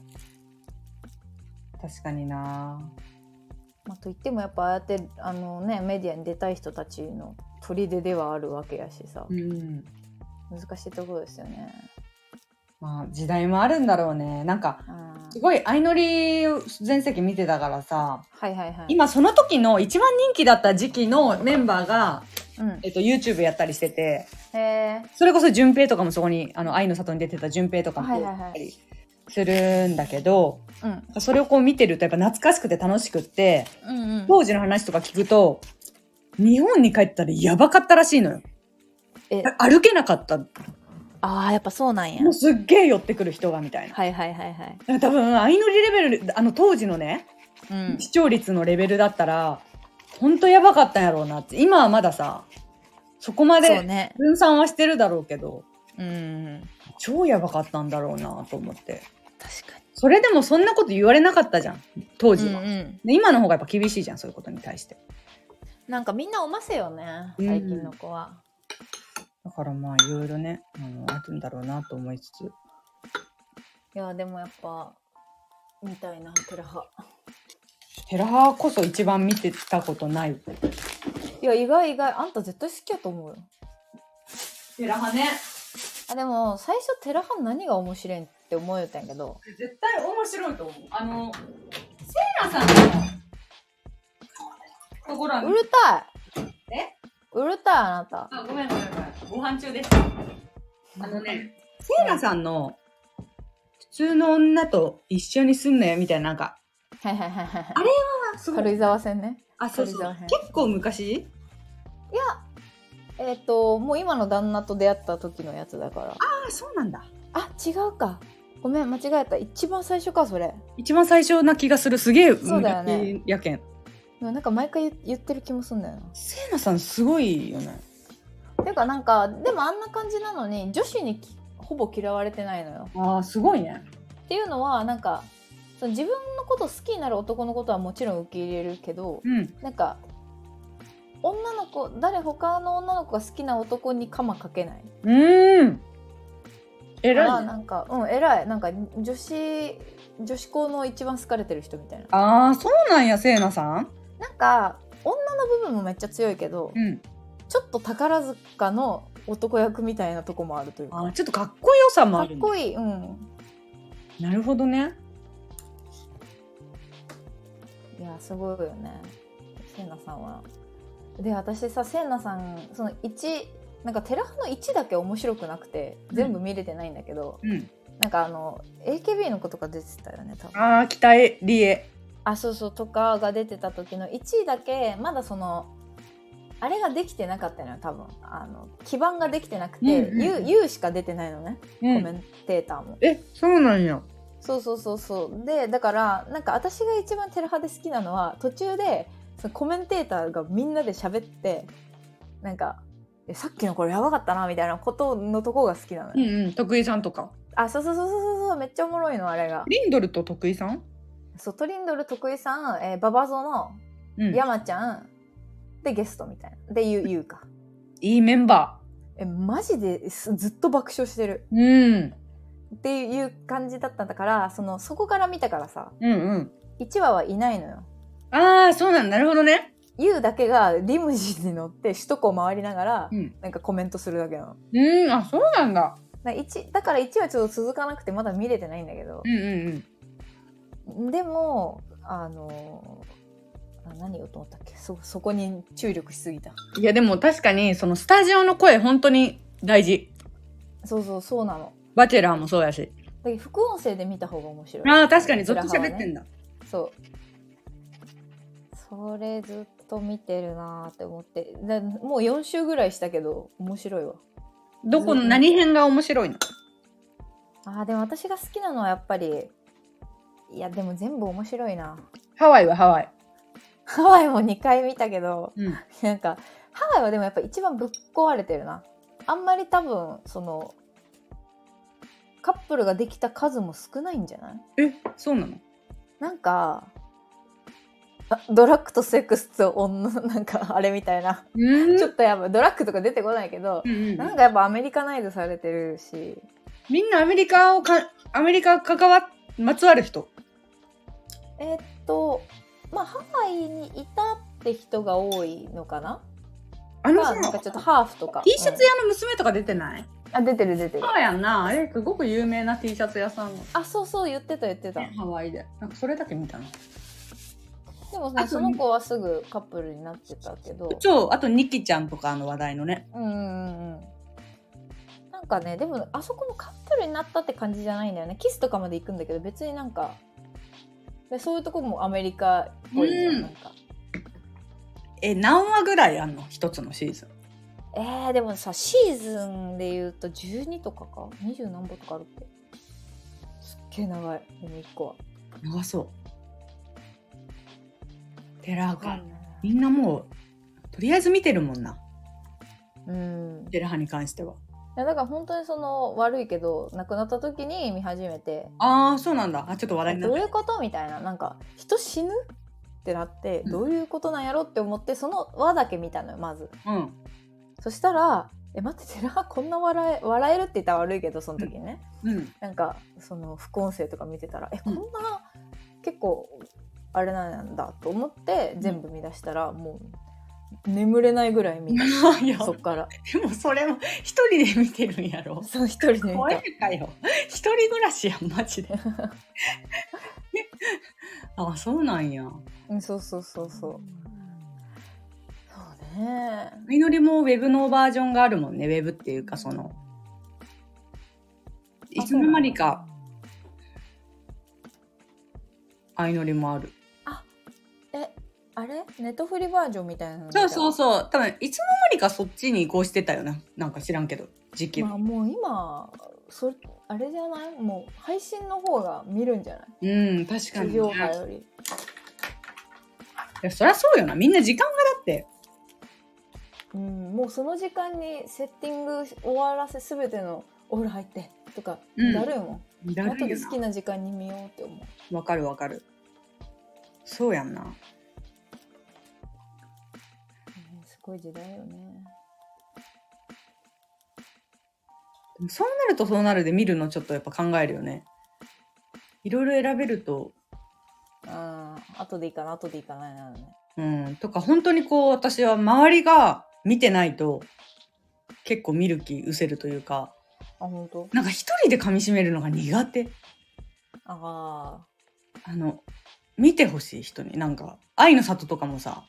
確かにな。 まあ、といってもやっぱああやってあの、ね、メディアに出たい人たちの砦ではあるわけやしさ、うん、難しいところですよね。 まあ時代もあるんだろうね。なんか、うん、すごい相乗り全席見てたからさ、はいはいはい、今その時の一番人気だった時期のメンバーが、うんえっと、YouTube やったりしてて、へー、それこそ順平とかもそこにあの愛の里に出てた順平とかもやったりするんだけど、はいはいはい、うん、それをこう見てるとやっぱ懐かしくて楽しくって、うんうん、当時の話とか聞くと日本に帰ったらやばかったらしいのよ。え歩けなかった。 あー、やっぱそうなんや。 もうすっげー寄ってくる人がみたいな。 はいはいはいはい。 多分相乗りレベル、あの当時のね、うん、視聴率のレベルだったらほんとやばかったんやろうなって。今はまださそこまで分散はしてるだろうけど、 うん、 超やばかったんだろうなと思って。 確かに。 それでもそんなこと言われなかったじゃん当時は、 うんうん、 で今の方がやっぱ厳しいじゃん、そういうことに対して。 なんかみんなおませよね最近の子は、 うん、だからまあいろいろね、あのあるんだろうなと思いつつ。 いやでもやっぱ見たいなテラハ。 テラハこそ一番見てたことない。 いや意外意外、あんた絶対好きやと思うよテラハね。 あでも最初テラハ何が面白いって思うよったんやけど、 絶対面白いと思う。あのセイナさんのところはうるたい。 えうるたいあなた。 あごめんごめんごめん、ご飯中です。あのね、セイナさんの普通の女と一緒に住んだよみたいな、なんかはいはいはいはい、 あれはすごい。 軽井沢線ね。 あ、そうそう。結構昔？いや、えっともう今の旦那と出会った時のやつだから。ああ、そうなんだ。 あ、違うか。ごめん間違えた。一番最初かそれ。 一番最初な気がする。すげえ。 そうだよね。 やけん。 なんか毎回言ってる気もすんだよな。 セイナさんすごいよね。 てかなんかでもあんな感じなのに女子にほぼ嫌われてないのよ。 ああ、すごいね。 っていうのはなんかその自分のこと好きになる男のことはもちろん受け入れるけど、 うん、 なんか女の子誰他の女の子が好きな男にカマかけない。 うーん。偉い。 なんかうん偉い。なんか女子女子校の一番好かれてる人みたいな。 ああ、そうなんや。セイナさん。 なんか女の部分もめっちゃ強いけど、 うん、 ちょっと宝塚の男役みたいなとこもあるというか。 あ、ちょっとかっこよさもある。 かっこいい。うん。 なるほどね。 いやすごいよねセイナさんは。で私さセイナさんそのいちなんかテラハのいちだけ面白くなくて全部見れてないんだけど、 うん、 なんかあの エーケービー の子とか出てたよね多分。 ああ、北江理恵。 あ、そうそうとかが出てた時のいちいだけまだそのあれができてなかったのよ多分。あの基盤ができてなくて、うんうん、U しか出てないのね、うん、コメンテーターも。 え、そうなんや。 そうそうそうそうでだからなんか私が一番テラハで好きなのは途中でそのコメンテーターがみんなで喋ってなんかえさっきのこれやばかったなみたいなことのとこが好きなのよ。 うんうん、徳井さんとか。 あ、そうそうそうそうそうめっちゃおもろいのあれが。 リンドルと徳井さん。 そうトリンドル徳井さん、えー、ババゾの山ちゃん、うん、でゲストみたいなでゆうゆうか。 いいメンバー。えマジでずっと爆笑してる。 うんっていう感じだったんだからそのそこから見たからさ、 うんうん、 いちわはいないのよ。 ああ、そうなんだ。なるほどね。 ユウだけがリムジンに乗って首都高を回りながら、うん、なんかコメントするだけなの。 うん、あ、そうなんだ。 だいちだからいちわちょっと続かなくてまだ見れてないんだけど、 うんうんうん、でもあのー、何言おうと思ったっけ。 そ, そこに注力しすぎた。 いやでも確かにそのスタジオの声本当に大事。 そうそうそうなの。 バチェラーもそうやし。 だけど副音声で見た方が面白い。 ああ、確かにずっと喋ってんだ、ね、 そうそれずっと見てるなって思って。だもうよん週ぐらいしたけど面白いわ。 どこの何編が面白いの？ あーでも私が好きなのはやっぱりいやでも全部面白いな。 ハワイはハワイハワイもにかい見たけど、 うん、 なんかハワイはでもやっぱ一番ぶっ壊れてるな。あんまり多分そのカップルができた数も少ないんじゃない？ え、そうなの？ なんかドラッグとセックスと女なんかあれみたいな、うん、ちょっとやっぱドラッグとか出てこないけど、うんうん、なんかやっぱアメリカナイズされてるし、 みんなアメリカをかアメリカ関わまつわる人。 えー、っとまあハワイにいたって人が多いのかな。あのさ、なんかちょっとハーフとか T シャツ屋の娘とか出てない？ うん、あ出てる出てる。 そうやんな。あれすごく有名な T シャツ屋さんの。 あ、そうそう言ってた言ってた。 ハワイでなんかそれだけ見たの。 でもねその子はすぐカップルになってたけど。 そう、あとニキちゃんとかの話題のね。 うんうんうん。なんかねでもあそこもカップルになったって感じじゃないんだよね。キスとかまで行くんだけど別になんかでそういうとこもアメリカっぽいじゃん、うん、なんか。 え、何話ぐらいあんの？一つのシーズン。 えー、でもさシーズンでいうとじゅうにとかかにじゅう何本とかあるって。すっげえ長い。でもいっこは長そう。テラーかみんなもうとりあえず見てるもんな。 うん。 テレハに関しては。 いやだから本当にその悪いけど亡くなった時に見始めて、 ああそうなんだ。あちょっと話題になった。 どういうことみたいな、なんか人死ぬってなって、うん、どういうことなんやろって思ってその輪だけ見たのよまず。 うん。 そしたらえ待ってテレハこんな笑え笑えるって言ったら悪いけどその時にね、 うん、 なんかその副音声とか見てたらえこんな、うん、結構あれなんだと思って全部見出したら、うん、もう眠れないぐらい見たそっから。 でもそれも一人で見てるんやろ。 そう一人で見た。 怖いかよ一人暮らしやんマジであそうなんや。 うんそうそうそうそう。そうね。 みのりもウェブのバージョンがあるもんね。ウェブっていうかそのいつの間にか相乗りもある。 あえあれネットフリバージョンみたいなの。 そうそうそう多分いつの間にかそっちに移行してたよな。なんか知らんけど時期。 まあもう今そあれじゃないもう配信の方が見るんじゃない。 うん確かに、ね。 地上波より。いやそりゃそうよな。みんな時間がだって。 うん、もうその時間にセッティング終わらせ全てのオール入ってとかだるいもん。うん、後で好きな時間に見ようって思う。 わかるわかる。そうやんな。うん、 すごい時代よね。 そうなるとそうなるで見るのちょっとやっぱ考えるよね。いろいろ選べると。 ああ後でいいかな後でいいかななのね。 うんとか本当にこう私は周りが見てないと結構見る気失せるというか。 あ本当。 なんか一人で噛み締めるのが苦手。 ああ。 あの見てほしい人に。なんか愛の里とかもさ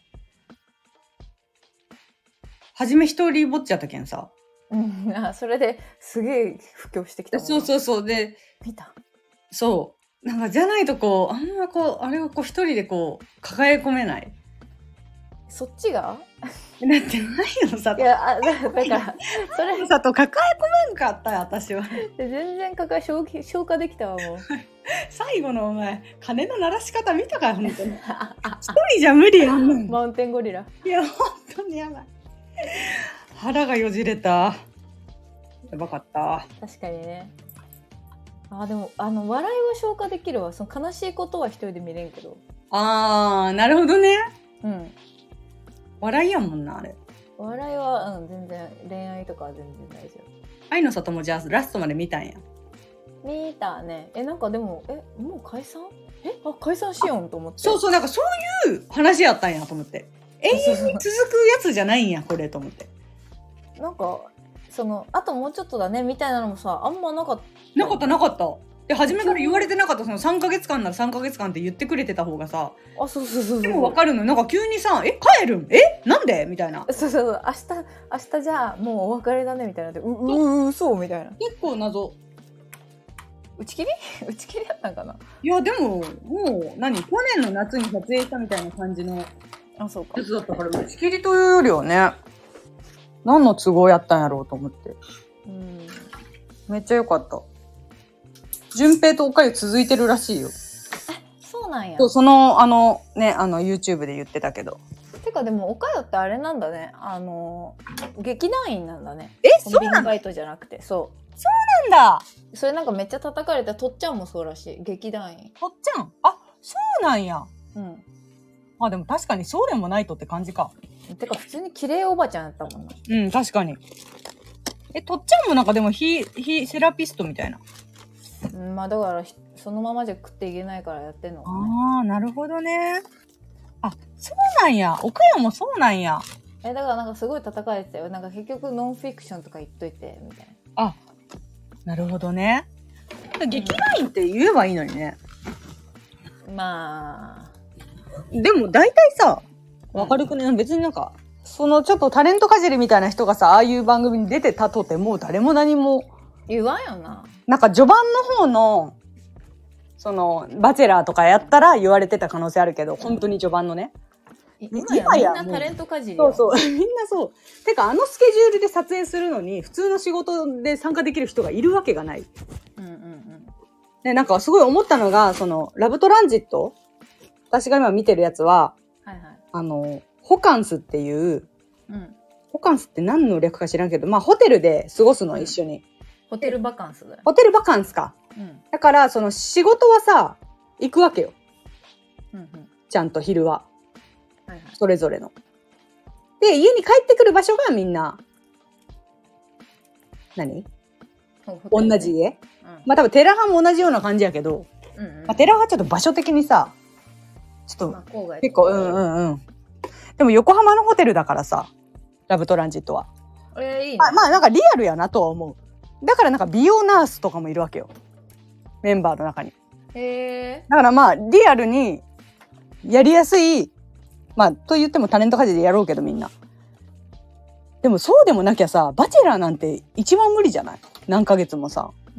初め一人ぼっちやったけんさ。 うん、あそれですげえ布教してきたもん。 そうそうそうで見た。 そうなんかじゃないとこうあんまこうあれをこう一人でこう抱え込めない。 そっちがだって愛の里。 いやあだからそれ愛の里抱え込めんかったよ私は。 全然抱え消消化できたわもう。 最後のお前鐘の鳴らし方見たかよ本当に。一人じゃ無理やんの。 マウンテンゴリラ。 いや本当にやばい。腹がよじれた。やばかった。 確かにね。あでもあの笑いは消化できるわ。その悲しいことは一人で見れんけど。 あーなるほどね。 うん。 笑いやもんなあれ。 笑いはうん全然恋愛とかは全然大丈夫。 愛の里もじゃあラストまで見たんや。 見たね。えなんかでもえもう解散？えあ解散しようと思って。 そうそうなんかそういう話やったんやと思って。永遠に続くやつじゃないんやこれと思って。 なんかそのあともうちょっとだねみたいなのもさあんまなかった。 なかったなかった。で初めから言われてなかった。そのさんかげつかんならさんかげつかんって言ってくれてた方がさ。 あそうそうそうそう。 でも分かるのなんか急にさえ帰るんえなんでみたいな。 そうそうそう明日明日じゃあもうお別れだねみたいなでうううそうみたいな。 結構謎。 打ち切り打ち切りだったんかな。 いやでももう何去年の夏に撮影したみたいな感じのあそうかやつだったから打ち切りというよりはね何の都合やったんやろうと思って。うんめっちゃ良かった。順平とおかゆ続いてるらしいよ。 そうなんや。 そうそのあのねあの YouTube で言ってたけど。 てかでもおかゆってあれなんだね。あの劇団員なんだね。 えそうなの？コンビニバイトじゃなくてそう。 そうなんだ。 それなんかめっちゃ叩かれたとっちゃんもそうらしい劇団員。 とっちゃんあそうなんや。 うん。 あでも確かにそうでもないとって感じか。 てか普通に綺麗おばちゃんやったもんな。 うん確かに。えとっちゃんもなんかでもヒヒセラピストみたいな。 うん、まあだからそのままじゃ食っていけないからやってんのかね。 ああなるほどね。あそうなんや。岡山もそうなんや。 えだからなんかすごい叩かれてたよ。なんか結局ノンフィクションとか言っといてみたいな。 あなるほどね。劇団員って言えばいいのにね。 まあでも大体さわかるくね、うん、別になんかそのちょっとタレントかじりみたいな人がさああいう番組に出てたとてもう誰も何も言わんよな。 なんか序盤の方のそのバチェラーとかやったら言われてた可能性あるけど本当に序盤のね今やみんなタレントかじりよ。そうそうみんなそう。てかあのスケジュールで撮影するのに普通の仕事で参加できる人がいるわけがない。うんうんうん。でなんかすごい思ったのがそのラブトランジット私が今見てるやつは、はいはい、あのホカンスっていう、うん、 ホカンスって何の略か知らんけど、まあホテルで過ごすの、一緒に。 ホテルバカンスだよ。 ホテルバカンスか。うん、だから、その仕事はさ、行くわけよ。うんうん、ちゃんと昼は。はいはい、それぞれの。で、家に帰ってくる場所がみんな、何？同じ家、うん、まあ多分テラハも同じような感じやけど、うんうん、まあ、テラハはちょっと場所的にさ、ちょっと、まあ、郊外結構、うんうんうん。でも横浜のホテルだからさ、ラブトランジットは。 えー、いいね。 まあ、まあなんかリアルやなとは思う。だからなんか美容ナースとかもいるわけよ。メンバーの中に。 へー。 だからまあリアルにやりやすい、まあと言ってもタレント家事でやろうけどみんな。でもそうでもなきゃさ、バチェラーなんて一番無理じゃない？何ヶ月もさ。うん。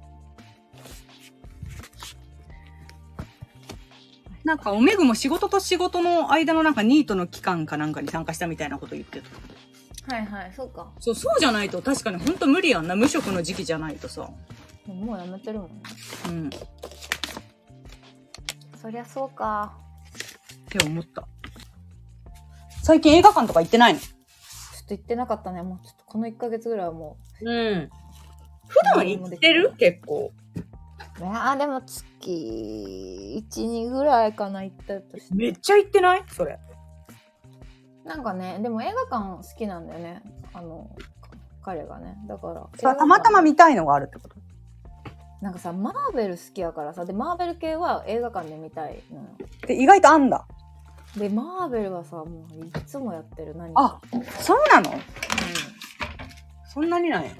なんかおめぐも仕事と仕事の間のなんかニートの期間かなんかに参加したみたいなこと言ってた。はいはい、そうか。 そう、そうじゃないと確かにほんと無理やんな。無職の時期じゃないとさ。 もうやめてるもんね。うん。そりゃそうか。 って思った。最近映画館とか行ってないの？ちょっと行ってなかったね。もうちょっとこのいっかげつぐらいはもう。 うん。普段行ってる？結構。 いやでも月いち、にぐらいかな、行ったとして。 めっちゃ行ってない？それ。 なんかね、でも映画館好きなんだよね。あの、彼がね。だから。 たまたま見たいのがあるってこと？ なんかさ、マーベル好きやからさ、で、マーベル系は映画館で見たいのよ。 で、意外とあんだ。 で、マーベルはさ、もういつもやってる、何か。 あ、そうなの？うん。そんなにない？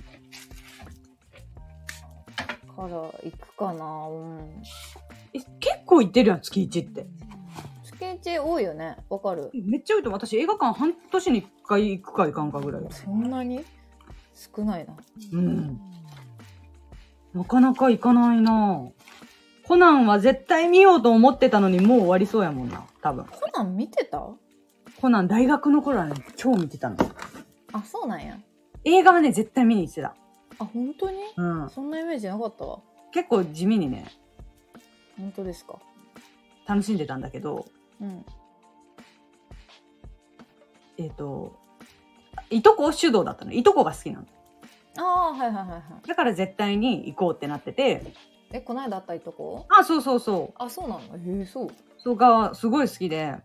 から行くかな。うん。 え、結構行ってるやん、月いちって。 月いち多いよね。わかる？ めっちゃ多いと思う。私映画館半年にいっかい行くか行かんかぐらい。 そんなに少ないな。 うん。なかなか行かないな。コナンは絶対見ようと思ってたのにもう終わりそうやもんな、多分。 コナン見てた？ コナン大学の頃はね、超見てたの。 あ、そうなんや。 映画はね、絶対見に行ってた。 あ、本当に？ うん。 そんなイメージなかったわ。 結構地味にね。 本当ですか？ 楽しんでたんだけど。 うん。 えっと、いとこ主導だったの。いとこが好きなの。 ああ、はいはいはいはい。 だから絶対に行こうってなってて。 え、この間会ったいとこ？ あ、そうそうそう。 あ、そうなの？へえ、そう。 そうが、すごい好きで。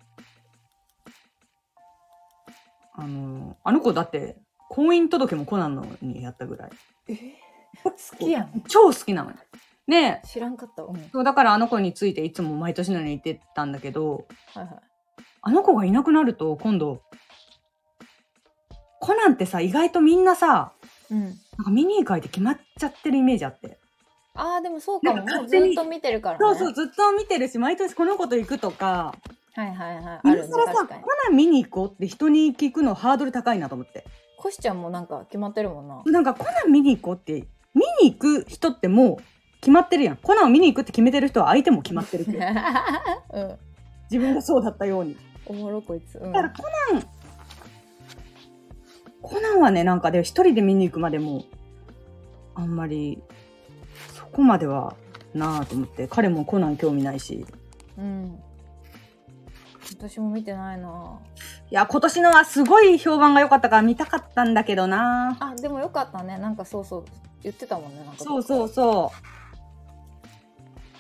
あの、あの子だって、婚姻届もコナンのにやったぐらい。 え好きやん。 超好きなのよ。ねえ。知らんかった。うん。 そう、だからあの子についていつも毎年のように言ってたんだけど、 はいはい。 あの子がいなくなると、今度、コナンってさ、意外とみんなさ、うん、なんか見に行かいって決まっちゃってるイメージあって。 ああ、でもそうかも。もうずっと見てるからね。 そうそう、ずっと見てるし、毎年この子と行くとか。 はいはいはい。 あるね。今更さ、コナン見に行こうって人に聞くのハードル高いなと思って。 コシちゃんもなんか決まってるもんな。 なんかコナン見に行こうって、見に行く人ってもう決まってるやん。コナンを見に行くって決めてる人は相手も決まってるけど。うん。自分がそうだったように。 おもろこいつ。うん、 だからコナン、コナンはね、なんかで一人で見に行くまでも、あんまり、そこまではなぁと思って、彼もコナン興味ないし。うん。 私も見てないな。 いや、今年のはすごい評判が良かったから見たかったんだけどな。 あ、でも良かったね。なんかそうそう言ってたもんね。なんかそうそうそう。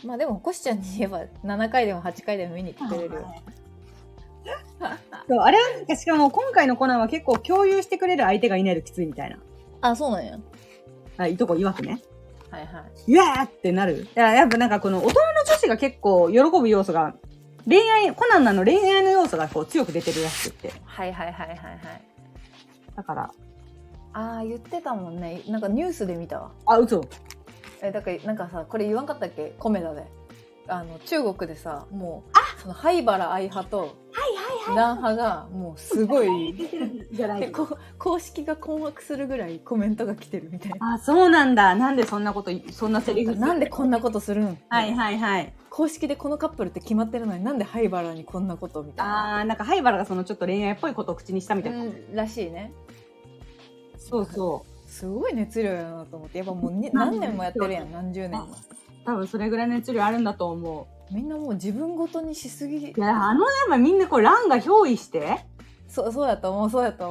まあでもコシちゃんに言えばななかいでもはちかいでも見に来てくれるよ。 そう、あれはなんかしかも今回のコナンは結構共有してくれる相手がいないときついみたいな。 あ、そうなんや。 はい、いとこ曰くね。 はいはい。 うわーってなる。ややっぱなんかこの大人の女子が結構喜ぶ要素が、恋愛、コナンの恋愛の要素がこう強く出てるらしくって。 はいはいはいはいはい。 だから。 ああ、言ってたもんね。なんかニュースで見たわ。 あ、嘘。 え、だからなんかさ、これ言わんかったっけ？コメダで。あの、中国でさ、もう、 あその灰原愛派と、ラン派がもうすごいでこ公式が困惑するぐらいコメントが来てるみたいな。 あ、そうなんだ。なんでそんなこと、そんなセリフなんでこんなことするん？ はいはいはい。 公式でこのカップルって決まってるのになんで灰原にこんなことみたいな。 あー、なんか灰原がそのちょっと恋愛っぽいことを口にしたみたいな、 うん、らしいね。 そうそう。 すごい熱量やなと思って。やっぱもうに何年もやってるやん。何十年も。 多分それぐらいの熱量あるんだと思う。 みんなもう自分ごとにしすぎ。 いや、あのやっぱみんなこうランが憑依して。 そう、そうやと思う、そうやと思う。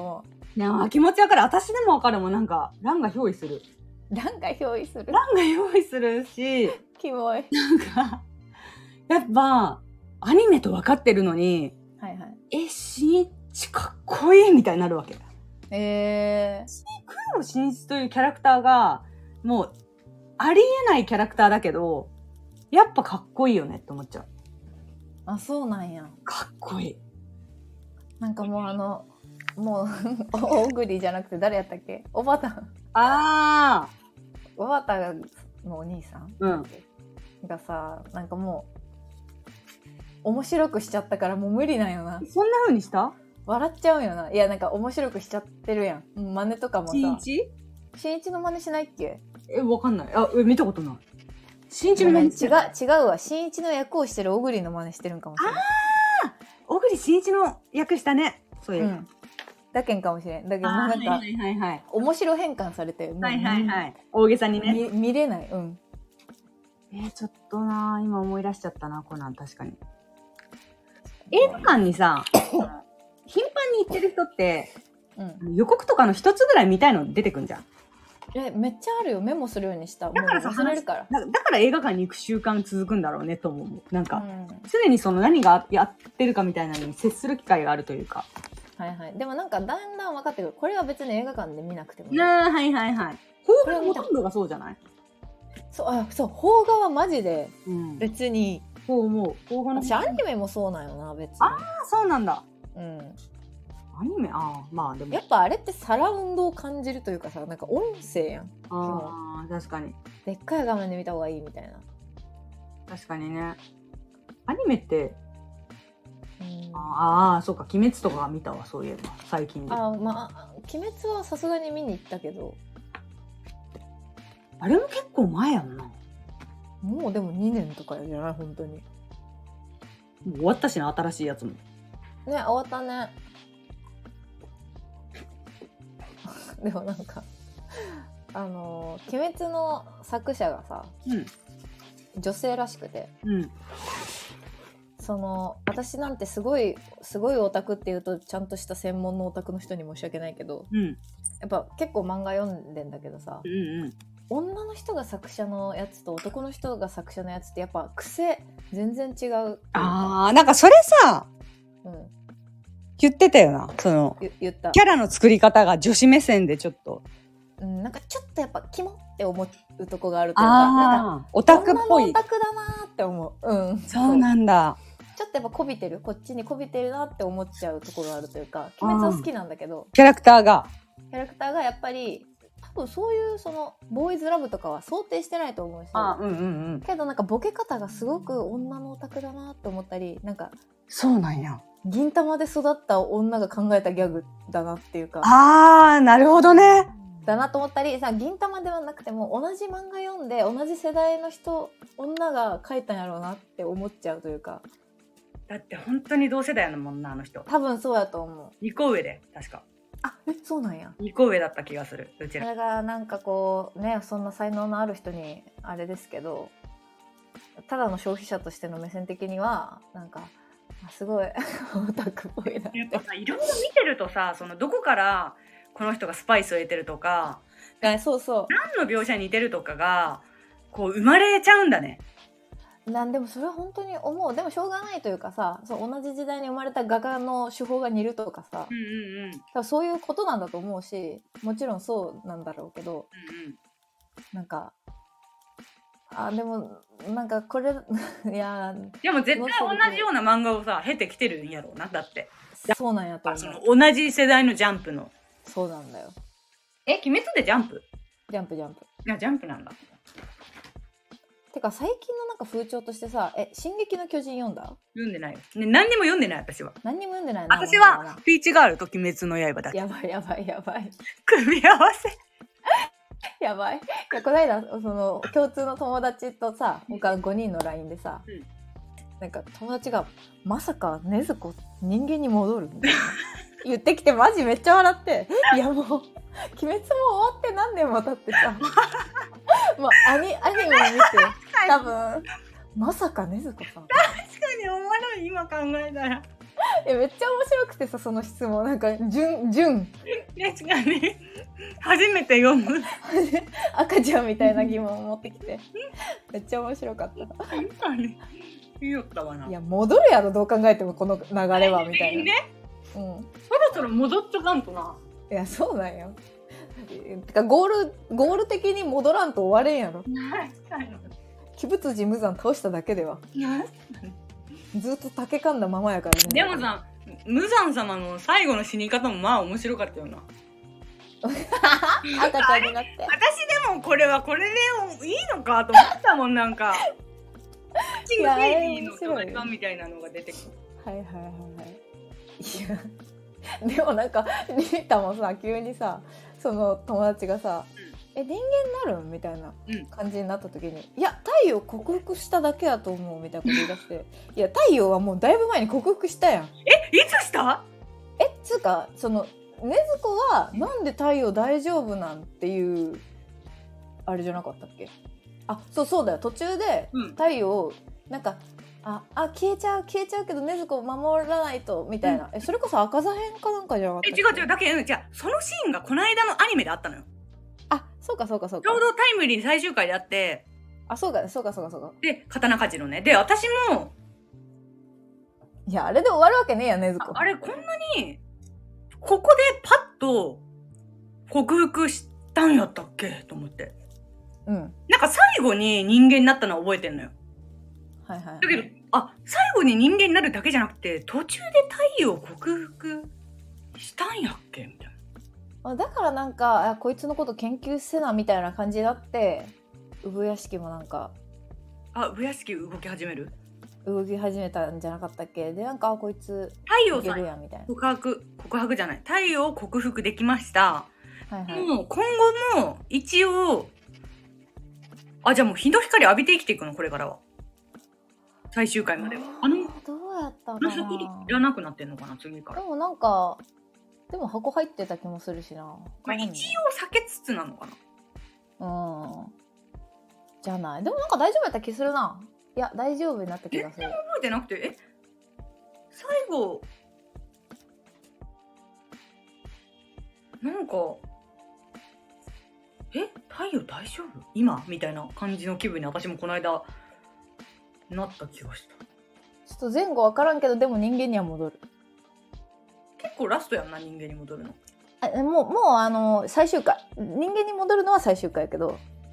いや気持ちわかる。私でもわかるもん。なんかランが憑依する。 ランが憑依する。 ランが憑依するし、 キモい。 なんかやっぱアニメと分かってるのに、 はいはい。 え、しんいちかっこいいみたいになるわけ。 えー。 工藤新一というキャラクターがもうありえないキャラクターだけど、やっぱかっこいいよねって思っちゃう。 あ、そうなんや。 かっこいい。 なんかもうあのもうオグリじゃなくて誰やったっけ？おばた。 ああ。 おばたのお兄さん、 うん、 がさ、なんかもう面白くしちゃったからもう無理なんよな。 そんな風にした？ 笑っちゃうよな。いやなんか面白くしちゃってるやん。真似とかもさ。 しんいち？ しんいちの真似しないっけ？ え、わかんない。あ、え、見たことない。しんいちの真似して違う、違うわ。しんいちの役をしてる小栗の真似してるんかもしれない。 ああ、小栗しんいちの役したね。そういう。うん、 だけんかもしれん。だけどなんか、 はいはいはい、 面白変換されて、もうはいはいはい。大げさにね。 見、見れない。うん。 えー、ちょっとな今思い出しちゃったな、コナン。確かに。映画館にさ、頻繁に行ってる人って、うん、予告とかの一つぐらい見たいの出てくんじゃん。 え、めっちゃあるよ。メモするようにした。 だからさ、 忘れるから。 だ, だから映画館に行く習慣続くんだろうねと思う。なんか、うん、常にその何がやってるかみたいなのに接する機会があるというか。 はいはい。でもなんかだんだん分かってくる。これは別に映画館で見なくてもいい。 ああ、はいはいはい。邦画のほとんどがそうじゃない？ そう、あ、そう、邦画はマジで別に。 うん、そう思う。邦画の。 私アニメもそうなんよな、別に。 ああ、そうなんだ。 うん。 アニメ、ああ、まあでも。 やっぱあれってサラウンドを感じるというかさ、なんか音声やん。 ああ、確かに。 でっかい画面で見た方がいいみたいな。 確かにね。アニメって、 うん、 ああ、そうか、鬼滅とか見たわ、そういえば、最近で。 ああ、まあ、鬼滅はさすがに見に行ったけど。 あれも結構前やんな。 もうでもにねんとかじゃない、本当に。もう終わったしな、新しいやつも。 ね、終わったね。でもなんかあのー、鬼滅の作者がさ、うん、女性らしくて、うん、その私なんてすごいすごいオタクっていうとちゃんとした専門のオタクの人に申し訳ないけど、うん、やっぱ結構漫画読んでんだけどさ、うんうん、女の人が作者のやつと男の人が作者のやつってやっぱ癖全然違う。 あー、なんかそれさ、うん、言ってたよな。その言ったキャラの作り方が女子目線でちょっと、 うん、なんかちょっとやっぱキモって思うとこがあるというか、なんかオタクっぽい。 女のオタクだなって思う。うん、 そうなんだ。 ちょっとやっぱこびてる、こっちにこびてるなって思っちゃうところがあるというか、鬼滅は好きなんだけど、 キャラクターがキャラクターがやっぱり多分そういうそのボーイズラブとかは想定してないと思うし、 あ、うんうんうん、けどなんかボケ方がすごく女のオタクだなって思ったり、なんかそうなんや、 銀玉で育った女が考えたギャグだなっていうか、 あー、なるほどね、 だなと思ったりさ、銀玉ではなくても同じ漫画読んで同じ世代の人、女が描いたんやろうなって思っちゃうというか。 だって本当に同世代のもんな、あの人。 多分そうやと思う。 にこ上で確か。 あ、え、そうなんや。 にこ上だった気がする、うちら。 だからなんかこうね、そんな才能のある人にあれですけど、ただの消費者としての目線的にはなんかすごいオタクっぽいなって。やっぱさ、 いろいろ見てるとさ、そのどこからこの人がスパイスを得てるとか、 そうそう、 何の描写に似てるとかがこう生まれちゃうんだね。 なんでもそれは本当に思う。でもしょうがないというかさ、そう同じ時代に生まれた画家の手法が似るとかさ、うんうんうん、多分そういうことなんだと思うし、もちろんそうなんだろうけど、うんうん、なんかあ、でもなんかこれいやでも絶対同じような漫画をさ経てきてるんやろうな。だってそうなんやと思う。その同じ世代のジャンプの。 そうなんだよ。 え、鬼滅でジャンプ？ ジャンプジャンプ。 いやジャンプなんだ。 てか最近のなんか風潮としてさ、え、進撃の巨人読んだ？ 読んでないよ、ね、何にも読んでない私は。 何にも読んでないな。 私はピーチガールと鬼滅の刃だけ。 やばいやばいやばい組み合わせやばい。いやこの間その共通の友達とさ、他ごにんの ライン でさ、うん、なんか友達がまさか禰豆子人間に戻るみたいな言ってきて、マジめっちゃ笑って、いやもう鬼滅も終わって何年も経ってさもうアニ、アニメ見て多分まさか禰豆子さん、確かにおもろい今考えたらえ、めっちゃ面白くてさ、その質問なんか純純確かに初めて読む赤ちゃんみたいな疑問を持ってきてめっちゃ面白かった。 確かにいいよったわな。 いや戻るやろどう考えてもこの流れはみたいな、ね、うん、 そろそろ戻っちゃかんとな。 いやそうなんよ。てかゴールゴール的に戻らんと終われんやろ。 確かに鬼物寺無惨倒しただけではずっと竹噛んだままやからね。 でもさ無惨様の最後の死に方もまあ面白かったよな赤ちゃんになって私でもこれはこれでいいのかと思ったもん。なんかチングフェイリーの隣かみたいなのが出てくる。 はいはいはいはい。いやでもなんかリータもさ急にさその友達がさ、うん、え人間になるんみたいな感じになった時に、うん、いや太陽克服しただけやと思うみたいなこと言い出していや太陽はもうだいぶ前に克服したやん。 えいつした？ えつうかその禰豆子はなんで太陽大丈夫なんっていうあれじゃなかったっけ？あそうそうだよ途中で太陽、うん、なんかああ消えちゃう消えちゃうけど禰豆子を守らないとみたいな、うん、えそれこそ赤座編かなんかじゃなかったっけ？え違う違うだけどじゃあそのシーンがこの間のアニメであったのよ。 あそうかそうかそうかちょうどタイムリーに最終回であってあそうかそうかそうかそうかで刀鍛冶のねで私もいやあれで終わるわけねえや禰豆子。 あ, あれこんなにここでパッと克服したんやったっけと思って、うん、なんか最後に人間になったのは覚えてんのよ。 はいはい、はい、 だけどあ最後に人間になるだけじゃなくて途中で太陽を克服したんやっけみたいな。だからなんかあこいつのこと研究せなみたいな感じになって産屋敷もなんかあ産屋敷動き始める動き始めたんじゃなかったっけ。でなんかあこいつ太陽さん告白告白じゃない太陽を克服できました、はいはい、もう今後も一応あじゃあもう日の光浴びて生きていくのこれからは最終回までは。あのどうやったかな。 あのいらなくなってんのかな次から。 でもなんかでも箱入ってた気もするしな、 まあ、一応避けつつなのかな。うんじゃない。でもなんか大丈夫やった気するな。いや大丈夫になった気がする。 全然覚えてなくてえ最後なんかえ太陽大丈夫今みたいな感じの気分に私もこの間なった気がした。 ちょっと前後わからんけどでも人間には戻る。 結構ラストやんな人間に戻るの。 あもうもうあの最終回人間に戻るのは最終回やけど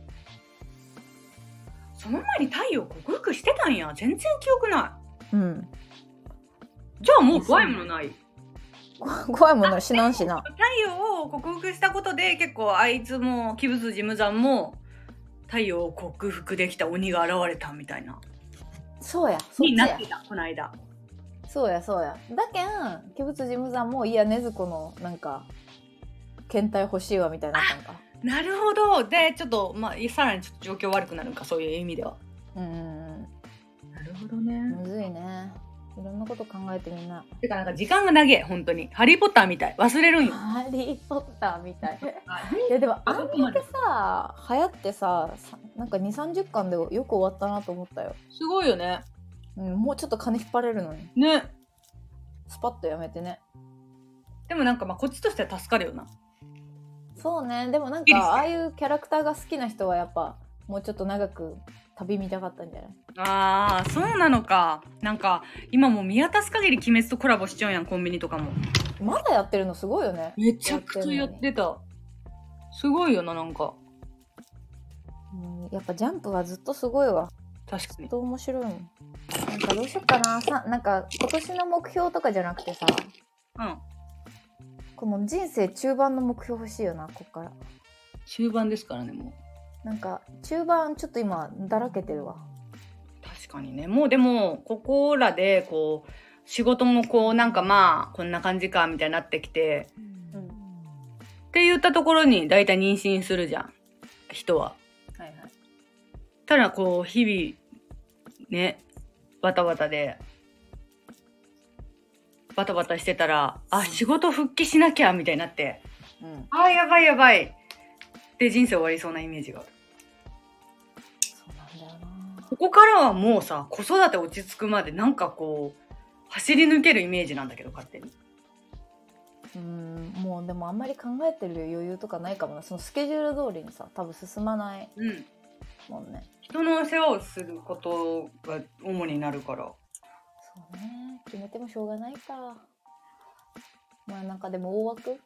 その前に太陽克服してたんや。全然記憶ない。うんじゃあもう怖いものない。 怖いもの死なんしな。 太陽を克服したことで結構あいつも鬼物寺無惨も太陽を克服できた鬼が現れたみたいな。 そうやそっちやになってたこの間。 そうやそうやだけん鬼物寺無惨もいや禰豆子のなんか検体欲しいわみたいになったのか。 なるほど。でちょっとまあさらにちょっと状況悪くなるかそういう意味では。うんなるほどね。 むずいね。いろんなこと考えてみんな。 てかなんか時間が長え本当に。ハリーポッターみたい。忘れるんよ。 ハリーポッターみたい。いやでもあんだけさ流行ってさなんかにさんじゅっかんでよく終わったなと思ったよ。 すごいよね。 うん、もうちょっと金引っ張れるのに。 ね。 スパッとやめてね。 でもなんかまあこっちとしては助かるよな。 そうね。でもなんかああいうキャラクターが好きな人はやっぱもうちょっと長く旅見たかったんじゃない？ ああそうなのか。なんか今もう見渡す限り鬼滅とコラボしちゃうやんコンビニとかも。 まだやってるのすごいよね。 めちゃくちゃやってた。すごいよななんか。 うんやっぱジャンプはずっとすごいわ。 確かに。 ずっと面白いもん。なんかどうしよっかな。さなんか今年の目標とかじゃなくてさ。うん。この人生中盤の目標欲しいよなこっから。 中盤ですからねもう。 なんか中盤ちょっと今だらけてるわ。 確かにね。もうでもここらでこう仕事もこうなんかまあこんな感じかみたいになってきて、うん、って言ったところにだいたい妊娠するじゃん人は。はいはい。ただこう日々ねバタバタでバタバタしてたらあ仕事復帰しなきゃみたいになって、うん、あやばいやばいで人生終わりそうなイメージがある。ここからはもうさ子育て落ち着くまでなんかこう走り抜けるイメージなんだけど勝手に。 うん、もうでもあんまり考えてる余裕とかないかもな。そのスケジュール通りにさ多分進まないもんね、 うん、人の世話をすることが主になるから。 そうね、決めてもしょうがないか。まあなんかでも大枠、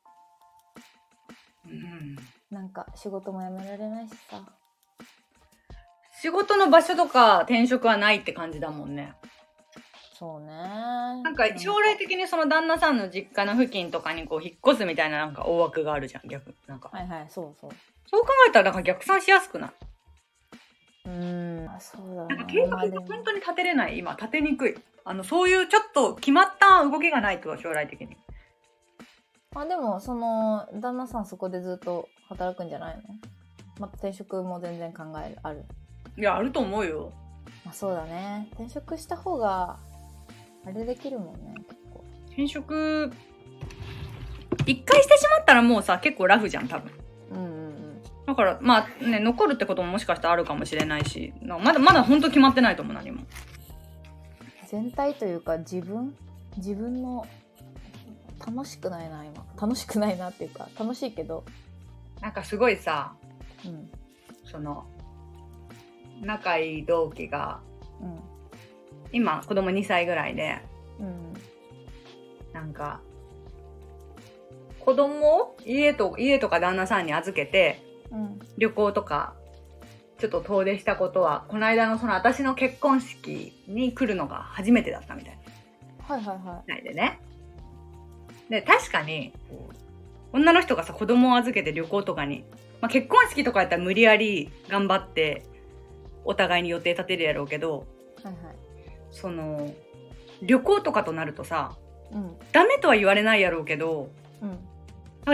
うん、なんか仕事も辞められないしさ。 仕事の場所とか転職はないって感じだもんね。 そうね。 なんか将来的にその旦那さんの実家の付近とかにこう引っ越すみたいななんか大枠があるじゃん、逆なんか。 はいはい、そうそう。 そう考えたらなんか逆算しやすくない？ うーん、あ、そうだね。 なんか計画が本当に立てれない、今立てにくい。あのそういうちょっと決まった動きがないと、将来的に。 あ、でもその旦那さんそこでずっと働くんじゃないの？また転職も全然考えるある？ いや、あると思うよ。 まあ、そうだね。転職した方があれできるもんね、結構。 転職一回してしまったらもうさ、結構ラフじゃん、多分。うんうんうん。だからまあね、残るってことももしかしたらあるかもしれないし、まだまだ本当決まってないと思う、何も。 全体というか自分自分の楽しくないな、今。楽しくないなっていうか、楽しいけど。 なんかすごいさ、 うん、 その仲いい同期が、うん、今子供にさいぐらいで、うん、なんか子供を家と家とか旦那さんに預けて、うん、旅行とかちょっと遠出したことはこの間のその私の結婚式に来るのが初めてだったみたいな。 はいはいはい。 ないでね。で確かに女の人がさ子供を預けて旅行とかに、まあ、結婚式とかやったら無理やり頑張ってお互いに予定立てるやろうけど、はいはい、その旅行とかとなるとさ、うん、ダメとは言われないやろうけど、うん、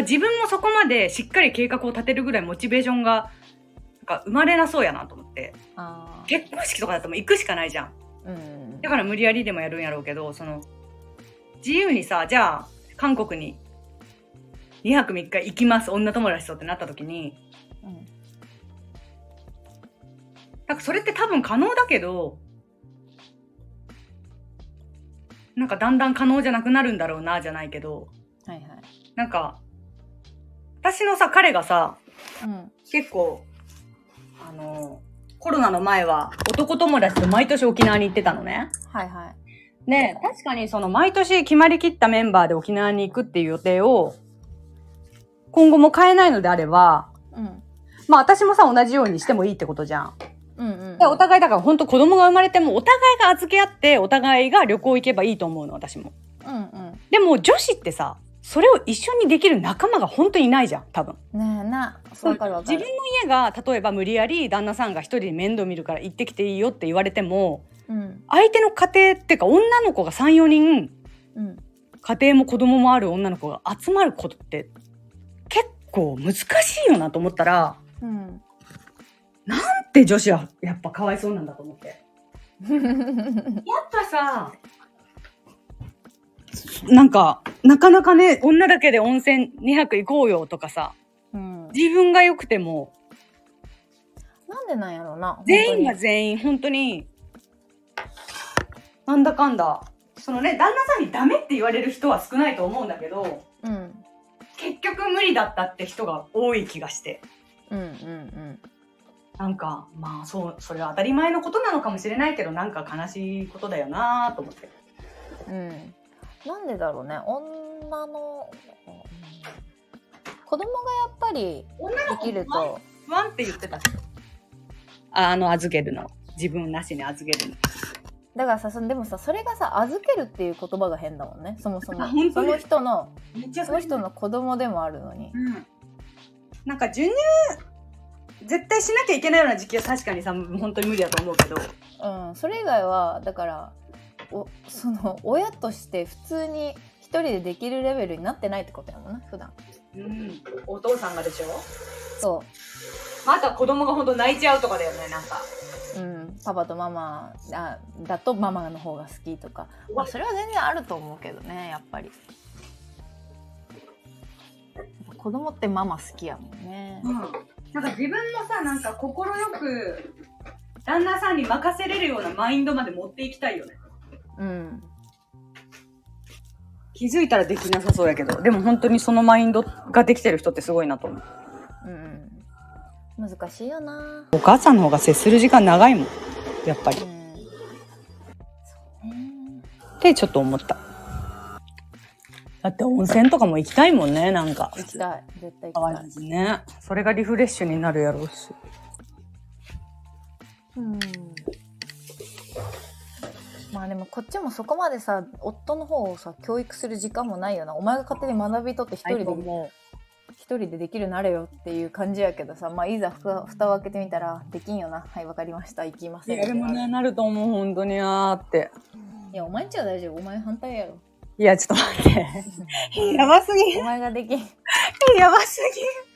自分もそこまでしっかり計画を立てるぐらいモチベーションがなんか生まれなそうやなと思って。あ、結婚式とかだともう行くしかないじゃん、うん、だから無理やりでもやるんやろうけど、その自由にさ、じゃあ韓国ににはくみっか行きます、女友達とってなった時に、うん、なんかそれって多分可能だけど、なんかだんだん可能じゃなくなるんだろうなじゃないけど、はいはい、なんか私のさ彼がさ、うん、結構あのコロナの前は男友達と毎年沖縄に行ってたのね。はいはい。で確かにその毎年決まりきったメンバーで沖縄に行くっていう予定を今後も変えないのであれば、うん、まあ私もさ同じようにしてもいいってことじゃん。うんうんうん、でお互いだから本当子供が生まれてもお互いが預け合ってお互いが旅行行けばいいと思うの、私も。うんうん、でも女子ってさそれを一緒にできる仲間が本当にいないじゃん、多分。ねえな、そうかるわかる。自分の家が例えば無理やり旦那さんが一人で面倒見るから行ってきていいよって言われても、うん、相手の家庭ってか女の子が さん,よ 人、うん、家庭も子供もある女の子が集まることって結構難しいよなと思ったら、うん、なんて女子はやっぱかわいそうなんだと思ってやっぱさなんかなかなかね、女だけで温泉にはく行こうよとかさ、うん、自分が良くてもなんでなんやろうな、 全員が全員本当になんだかんだそのね、旦那さんにダメって言われる人は少ないと思うんだけど、うん、結局無理だったって人が多い気がして、うんうんうん、なんかまあそう、それは当たり前のことなのかもしれないけど、なんか悲しいことだよなと思って。 うん、なんでだろうね、女の、うん、子供がやっぱりできると不安って言ってた人、あの預けるの、自分なしに預けるの。 だからさ、そでもさ、それがさ、預けるっていう言葉が変だもんね、そもそも。その人のその人の子供でもあるのに、うん、 なんか授乳絶対しなきゃいけないような時期は確かにさ本当に無理だと思うけど、 うん、それ以外はだからおその親として普通に一人でできるレベルになってないってことやもんな、普段。 うん、お父さんがでしょ。 そう、 また子供が本当泣いちゃうとかだよね、なんか。 うん、パパとママだ、だとママの方が好きとか、まあ、それは全然あると思うけどね、やっぱり。子供ってママ好きやもんね。うん、なんか自分もさ、なんか心よく旦那さんに任せれるようなマインドまで持っていきたいよね。うん。 気づいたらできなさそうやけど、でも本当にそのマインドができてる人ってすごいなと思う。 うん、難しいよな。 お母さんの方が接する時間長いもんやっぱり、うん、そうねってちょっと思った。だって温泉とかも行きたいもんね。なんか行きたい、絶対行きたいですね。それがリフレッシュになるやろうし。 うん。まあでもこっちもそこまでさ、夫の方をさ教育する時間もないよな。お前が勝手に学びとって一人で一人でできるなれよっていう感じやけどさ、まあいざふた蓋を開けてみたらできんよな。はい、わかりました、行きません。 いやでもね、なると思う本当にあーって。 いやお前んちは大丈夫、お前反対やろ。 いやちょっと待ってやばすぎ。 お前ができんやばす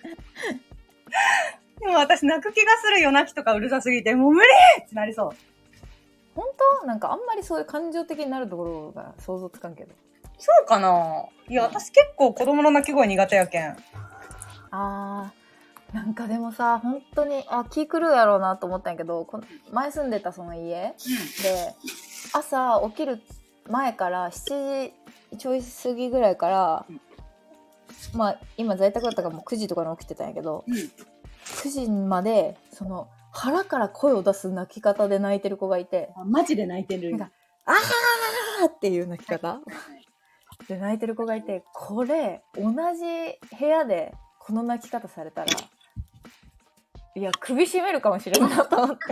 ぎ。でも私泣く気がするよ。泣きとかうるさすぎてもう無理ってなりそう。 本当なんかあんまりそういう感情的になるところが想像つかんけど。 そうかな。いや私結構子供の泣き声苦手やけん。 あーなんかでもさ本当にあ気狂うやろうなと思ったんやけど、この前住んでたその家、うん、で朝起きる前からしちじちょい過ぎぐらいから、うん、まあ今在宅だったからもうくじとかに起きてたんやけど、うん、くじまでその腹から声を出す泣き方で泣いてる子がいて、 あマジで泣いてる。 なんかあーっていう泣き方で泣いてる子がいて、これ同じ部屋でこの泣き方されたらいや首絞めるかもしれないなと思って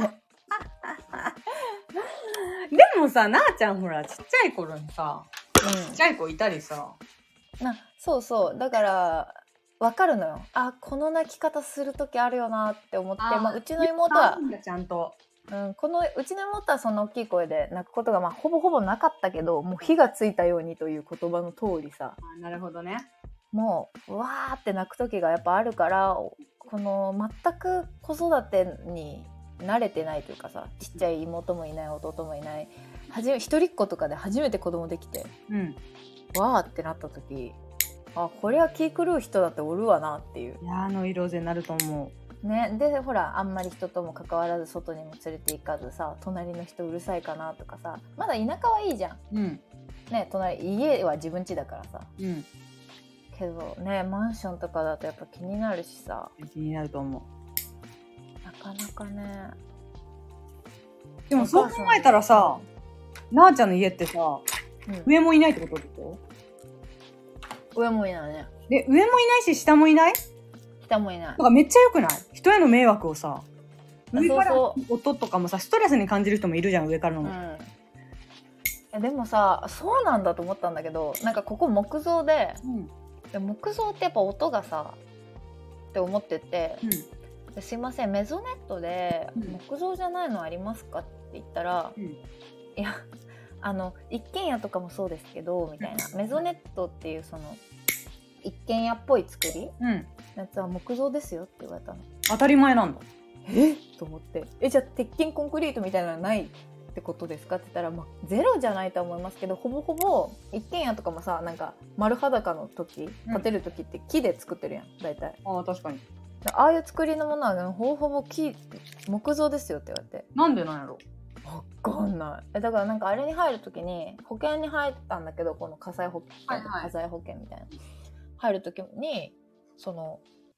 でもさ、なあちゃんほらちっちゃい頃にさ、うん、ちっちゃい子いたりさな、そうそうだから分かるのよ。あこの泣き方する時あるよなって思って、まあ、うちの妹はちゃんと、 うん、このうちの妹はそんな大きい声で泣くことがまあほぼほぼなかったけど、もう火がついたようにという言葉の通りさ、 あなるほどね、 もうわーって泣く時がやっぱあるから、この全く子育てに慣れてないというかさ、ちっちゃい妹もいない弟もいない、はじめ一人っ子とかで初めて子供できて、うん、わーってなった時、あこれは気狂う人だっておるわなっていう。 いやあの色勢になると思うね。でほらあんまり人とも関わらず外にも連れて行かずさ、隣の人うるさいかなとかさ、まだ田舎はいいじゃん、うんね、隣家は自分家だからさ、うん、けどねマンションとかだとやっぱ気になるしさ。 気になると思う。 なかなかね。 でもそう考えたらさ、なあちゃんの家ってさ、うん、上もいないってことでしょ。 上もいないね。 で上もいないし下もいない。 下もいない。 だからめっちゃ良くない？人への迷惑をさ、上から音とかもさストレスに感じる人もいるじゃん、上からの、うん、 でもさそうなんだと思ったんだけど、なんかここ木造で、うん、で木造ってやっぱ音がさって思ってて、うん、ですいませんメゾネットで木造じゃないのありますかって言ったら、うん、いやあの一軒家とかもそうですけどみたいな、メゾネットっていうその一軒家っぽい作り、うん、やつは木造ですよって言われたの。 当たり前なんだ。 えと思って、えじゃあ鉄筋コンクリートみたいなのないってことですかって言ったら、まあ、ゼロじゃないと思いますけど、ほぼほぼ一軒家とかもさ、なんか丸裸の時建てる時って木で作ってるやん大体。 ああ確かに。 ああいう作りのものは、ね、ほぼほぼ木木造ですよって言われて。 なんでなんやろ。 わかんない。だからなんかあれに入る時に保険に入ったんだけど、この火災保険、はいはい、火災保険みたいな入る時にその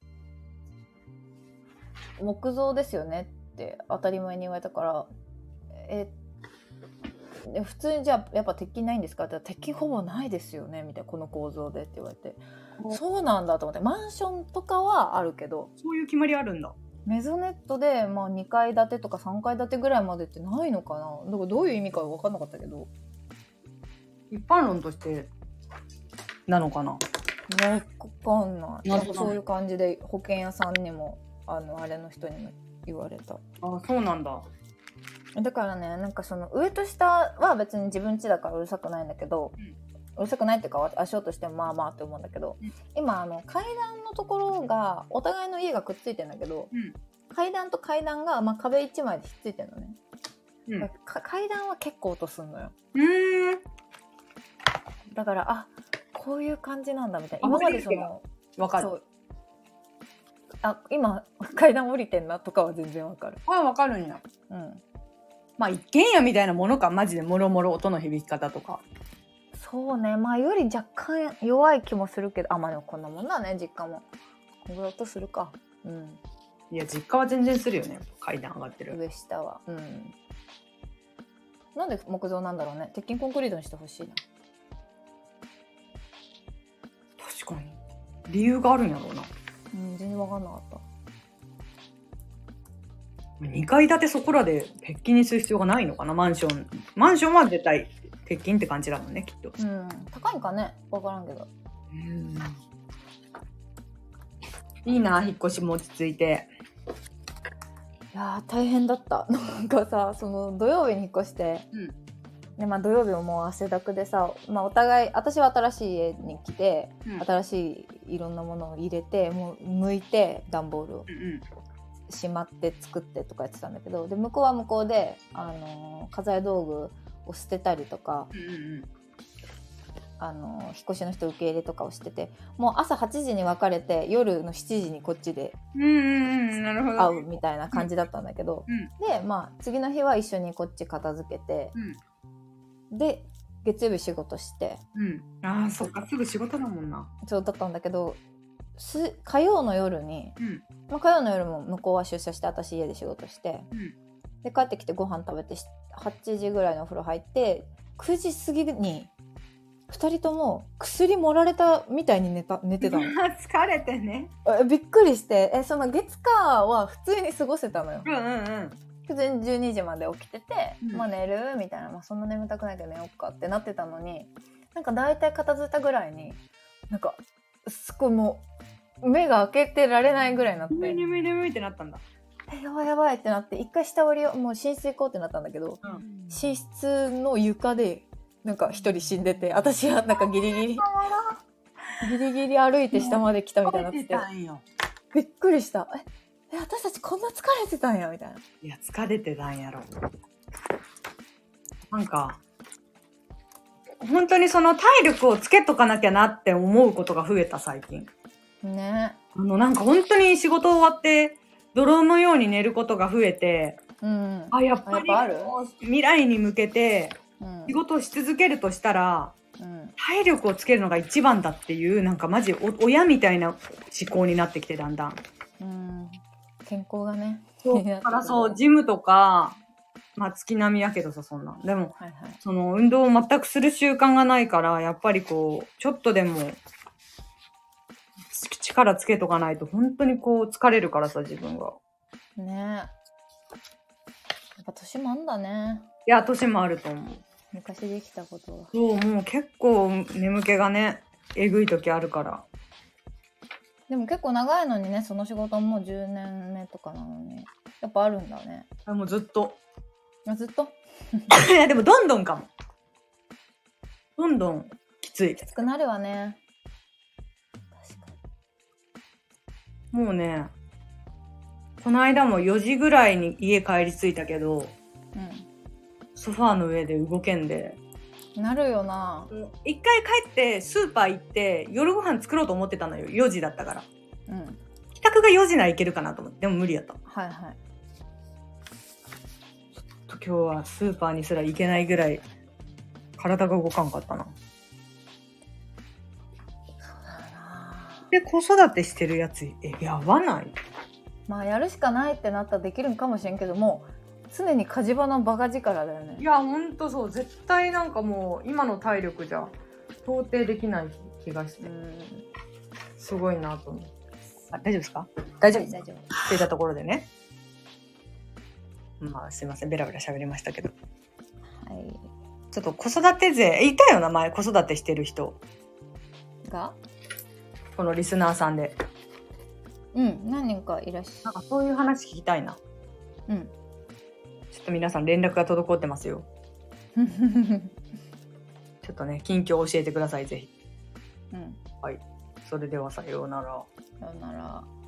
木造ですよねって当たり前に言われたから、え普通にじゃあやっぱ鉄筋ないんですかって言ったら、鉄筋ほぼないですよねみたいな、この構造でって言われて、そうなんだと思って。マンションとかはあるけど、 そういう決まりあるんだ。 メゾネットで、まあ、にかい建てとかさんかい建てぐらいまでってないのかな。だからどういう意味か分かんなかったけど、 一般論としてなのかな。 分かんない。なんかそういう感じで保険屋さんにもあのあれの人にも言われた。 あ、そうなんだ。 だからね、なんかその上と下は別に自分家だからうるさくないんだけど、うん、うるさくないっていうか足音してもまあまあって思うんだけど、うん、今あの階段のところがお互いの家がくっついてるんだけど、うん、階段と階段が、まあ、壁一枚でひっついてるのね、うん、階段は結構音すんのよ。うーんだからあこういう感じなんだみたいな。今までそのわかる。そうあ今階段降りてんなとかは全然わかる。 あわかるんや。うんまあ一軒家みたいなものか、マジでもろもろ音の響き方とか。 そうね、前より若干弱い気もするけど、あ、まあでもこんなもんだね、実家も。こんぐらい音するか。うん。 いや、実家は全然するよね、階段上がってる。 上下は。うん。なんで木造なんだろうね。鉄筋コンクリートにしてほしいな。 確かに。理由があるんやろうな。 うん、全然分かんなかった。 にかい建てそこらで鉄筋にする必要がないのかな、マンション。マンションは絶対鉄筋って感じだもんね、きっと。 うん、高いんかね、分からんけど。 うん。いいな、引っ越しも落ち着いて。 いやー大変だった。なんかさ、その土曜日に引っ越して、うん、でまあ土曜日ももう汗だくでさ、まあお互い私は新しい家に来て、うん、新しいいろんなものを入れて、もう剥いて段ボールを。うんうん、しまって作ってとかやってたんだけど、で向こうは向こうで、あのー、家財道具を捨てたりとか、うんうん、あのー、引っ越しの人受け入れとかをしてて、もう朝はちじに別れて夜のしちじにこっちで会うみたいな感じだったんだけど、うんうん、でまあ次の日は一緒にこっち片付けて、うん、で月曜日仕事して、 うん、ああそっか、すぐ仕事だもんな。 そうだったんだけど、す火曜の夜に、うんまあ、火曜の夜も向こうは出社して私家で仕事して、うん、で帰ってきてご飯食べてはちじぐらいのお風呂入ってくじ過ぎにふたりとも薬盛られたみたいに寝た寝てたの。 疲れてね。 びっくりして、えその月火は普通に過ごせたのよ。うんうんうん、普通にじゅうにじまで起きてて、うん、まあ寝るみたいな、まあ、そんな眠たくないけど寝よっかってなってたのに、なんか大体片付いたぐらいになんかすごいもう目が開けてられないぐらいになって、 眠い眠い眠いってなったんだ。 えやばいやばいってなって、一回下降りをもう寝室行こうってなったんだけど、うん、寝室の床でなんか一人死んでて、私はなんかギリギリギリギリ歩いて下まで来たみたいになってて、びっくりした。え私たちこんな疲れてたんやみたいな。 いや疲れてたんやろ。なんか本当にその体力をつけとかなきゃなって思うことが増えた最近ね。 あのなんか本当に仕事終わって泥のように寝ることが増えて、うん、あやっぱりある未来に向けて仕事をし続けるとしたら、うん、体力をつけるのが一番だっていう、なんかマジお親みたいな思考になってきて、だんだん、 うん、健康がね。 そうだからそうジムとかまあ月並みやけどさ、そんなんでも、はいはい、その運動を全くする習慣がないから、やっぱりこうちょっとでも力つけとかないと本当にこう疲れるからさ、自分がね。やっぱ年もあんだね。 いや年もあると思う。 昔できたことはそうもう結構眠気がねえぐい時あるから。 でも結構長いのにね、その仕事もうじゅうねんめとかなのにやっぱあるんだね。 あもうずっとあずっといやでもどんどんかもどんどんきつい。 きつくなるわね。 確かに。もうねこの間もよじぐらいに家帰り着いたけど、うん、ソファーの上で動けんで。 なるよな。 一回帰ってスーパー行って夜ご飯作ろうと思ってたのよ。よじだったから、うん、帰宅がよじならいけるかなと思って、でも無理やった。 はいはい。 ちょっと今日はスーパーにすら行けないぐらい体が動かんかったな。 そうだな。 で子育てしてるやつえやばない？ まあやるしかないってなったらできるんかもしれんけども、常に火事場のバカ力だよね。 いやほんとそう、絶対なんかもう今の体力じゃ到底できない気がして、うんすごいなと思う。あ大丈夫ですか？大丈夫、はい、大丈夫って言ったところでね、まあすいませんベラベラ喋りましたけど、はい、ちょっと子育て勢いたよな前、子育てしてる人がこのリスナーさんで、 うん何人かいらっしゃる。 なんかそういう話聞きたいな。うんちょっと皆さん連絡が滞ってますよちょっとね近況を教えてくださいぜひ。うんはい、それではさようなら。 さようなら。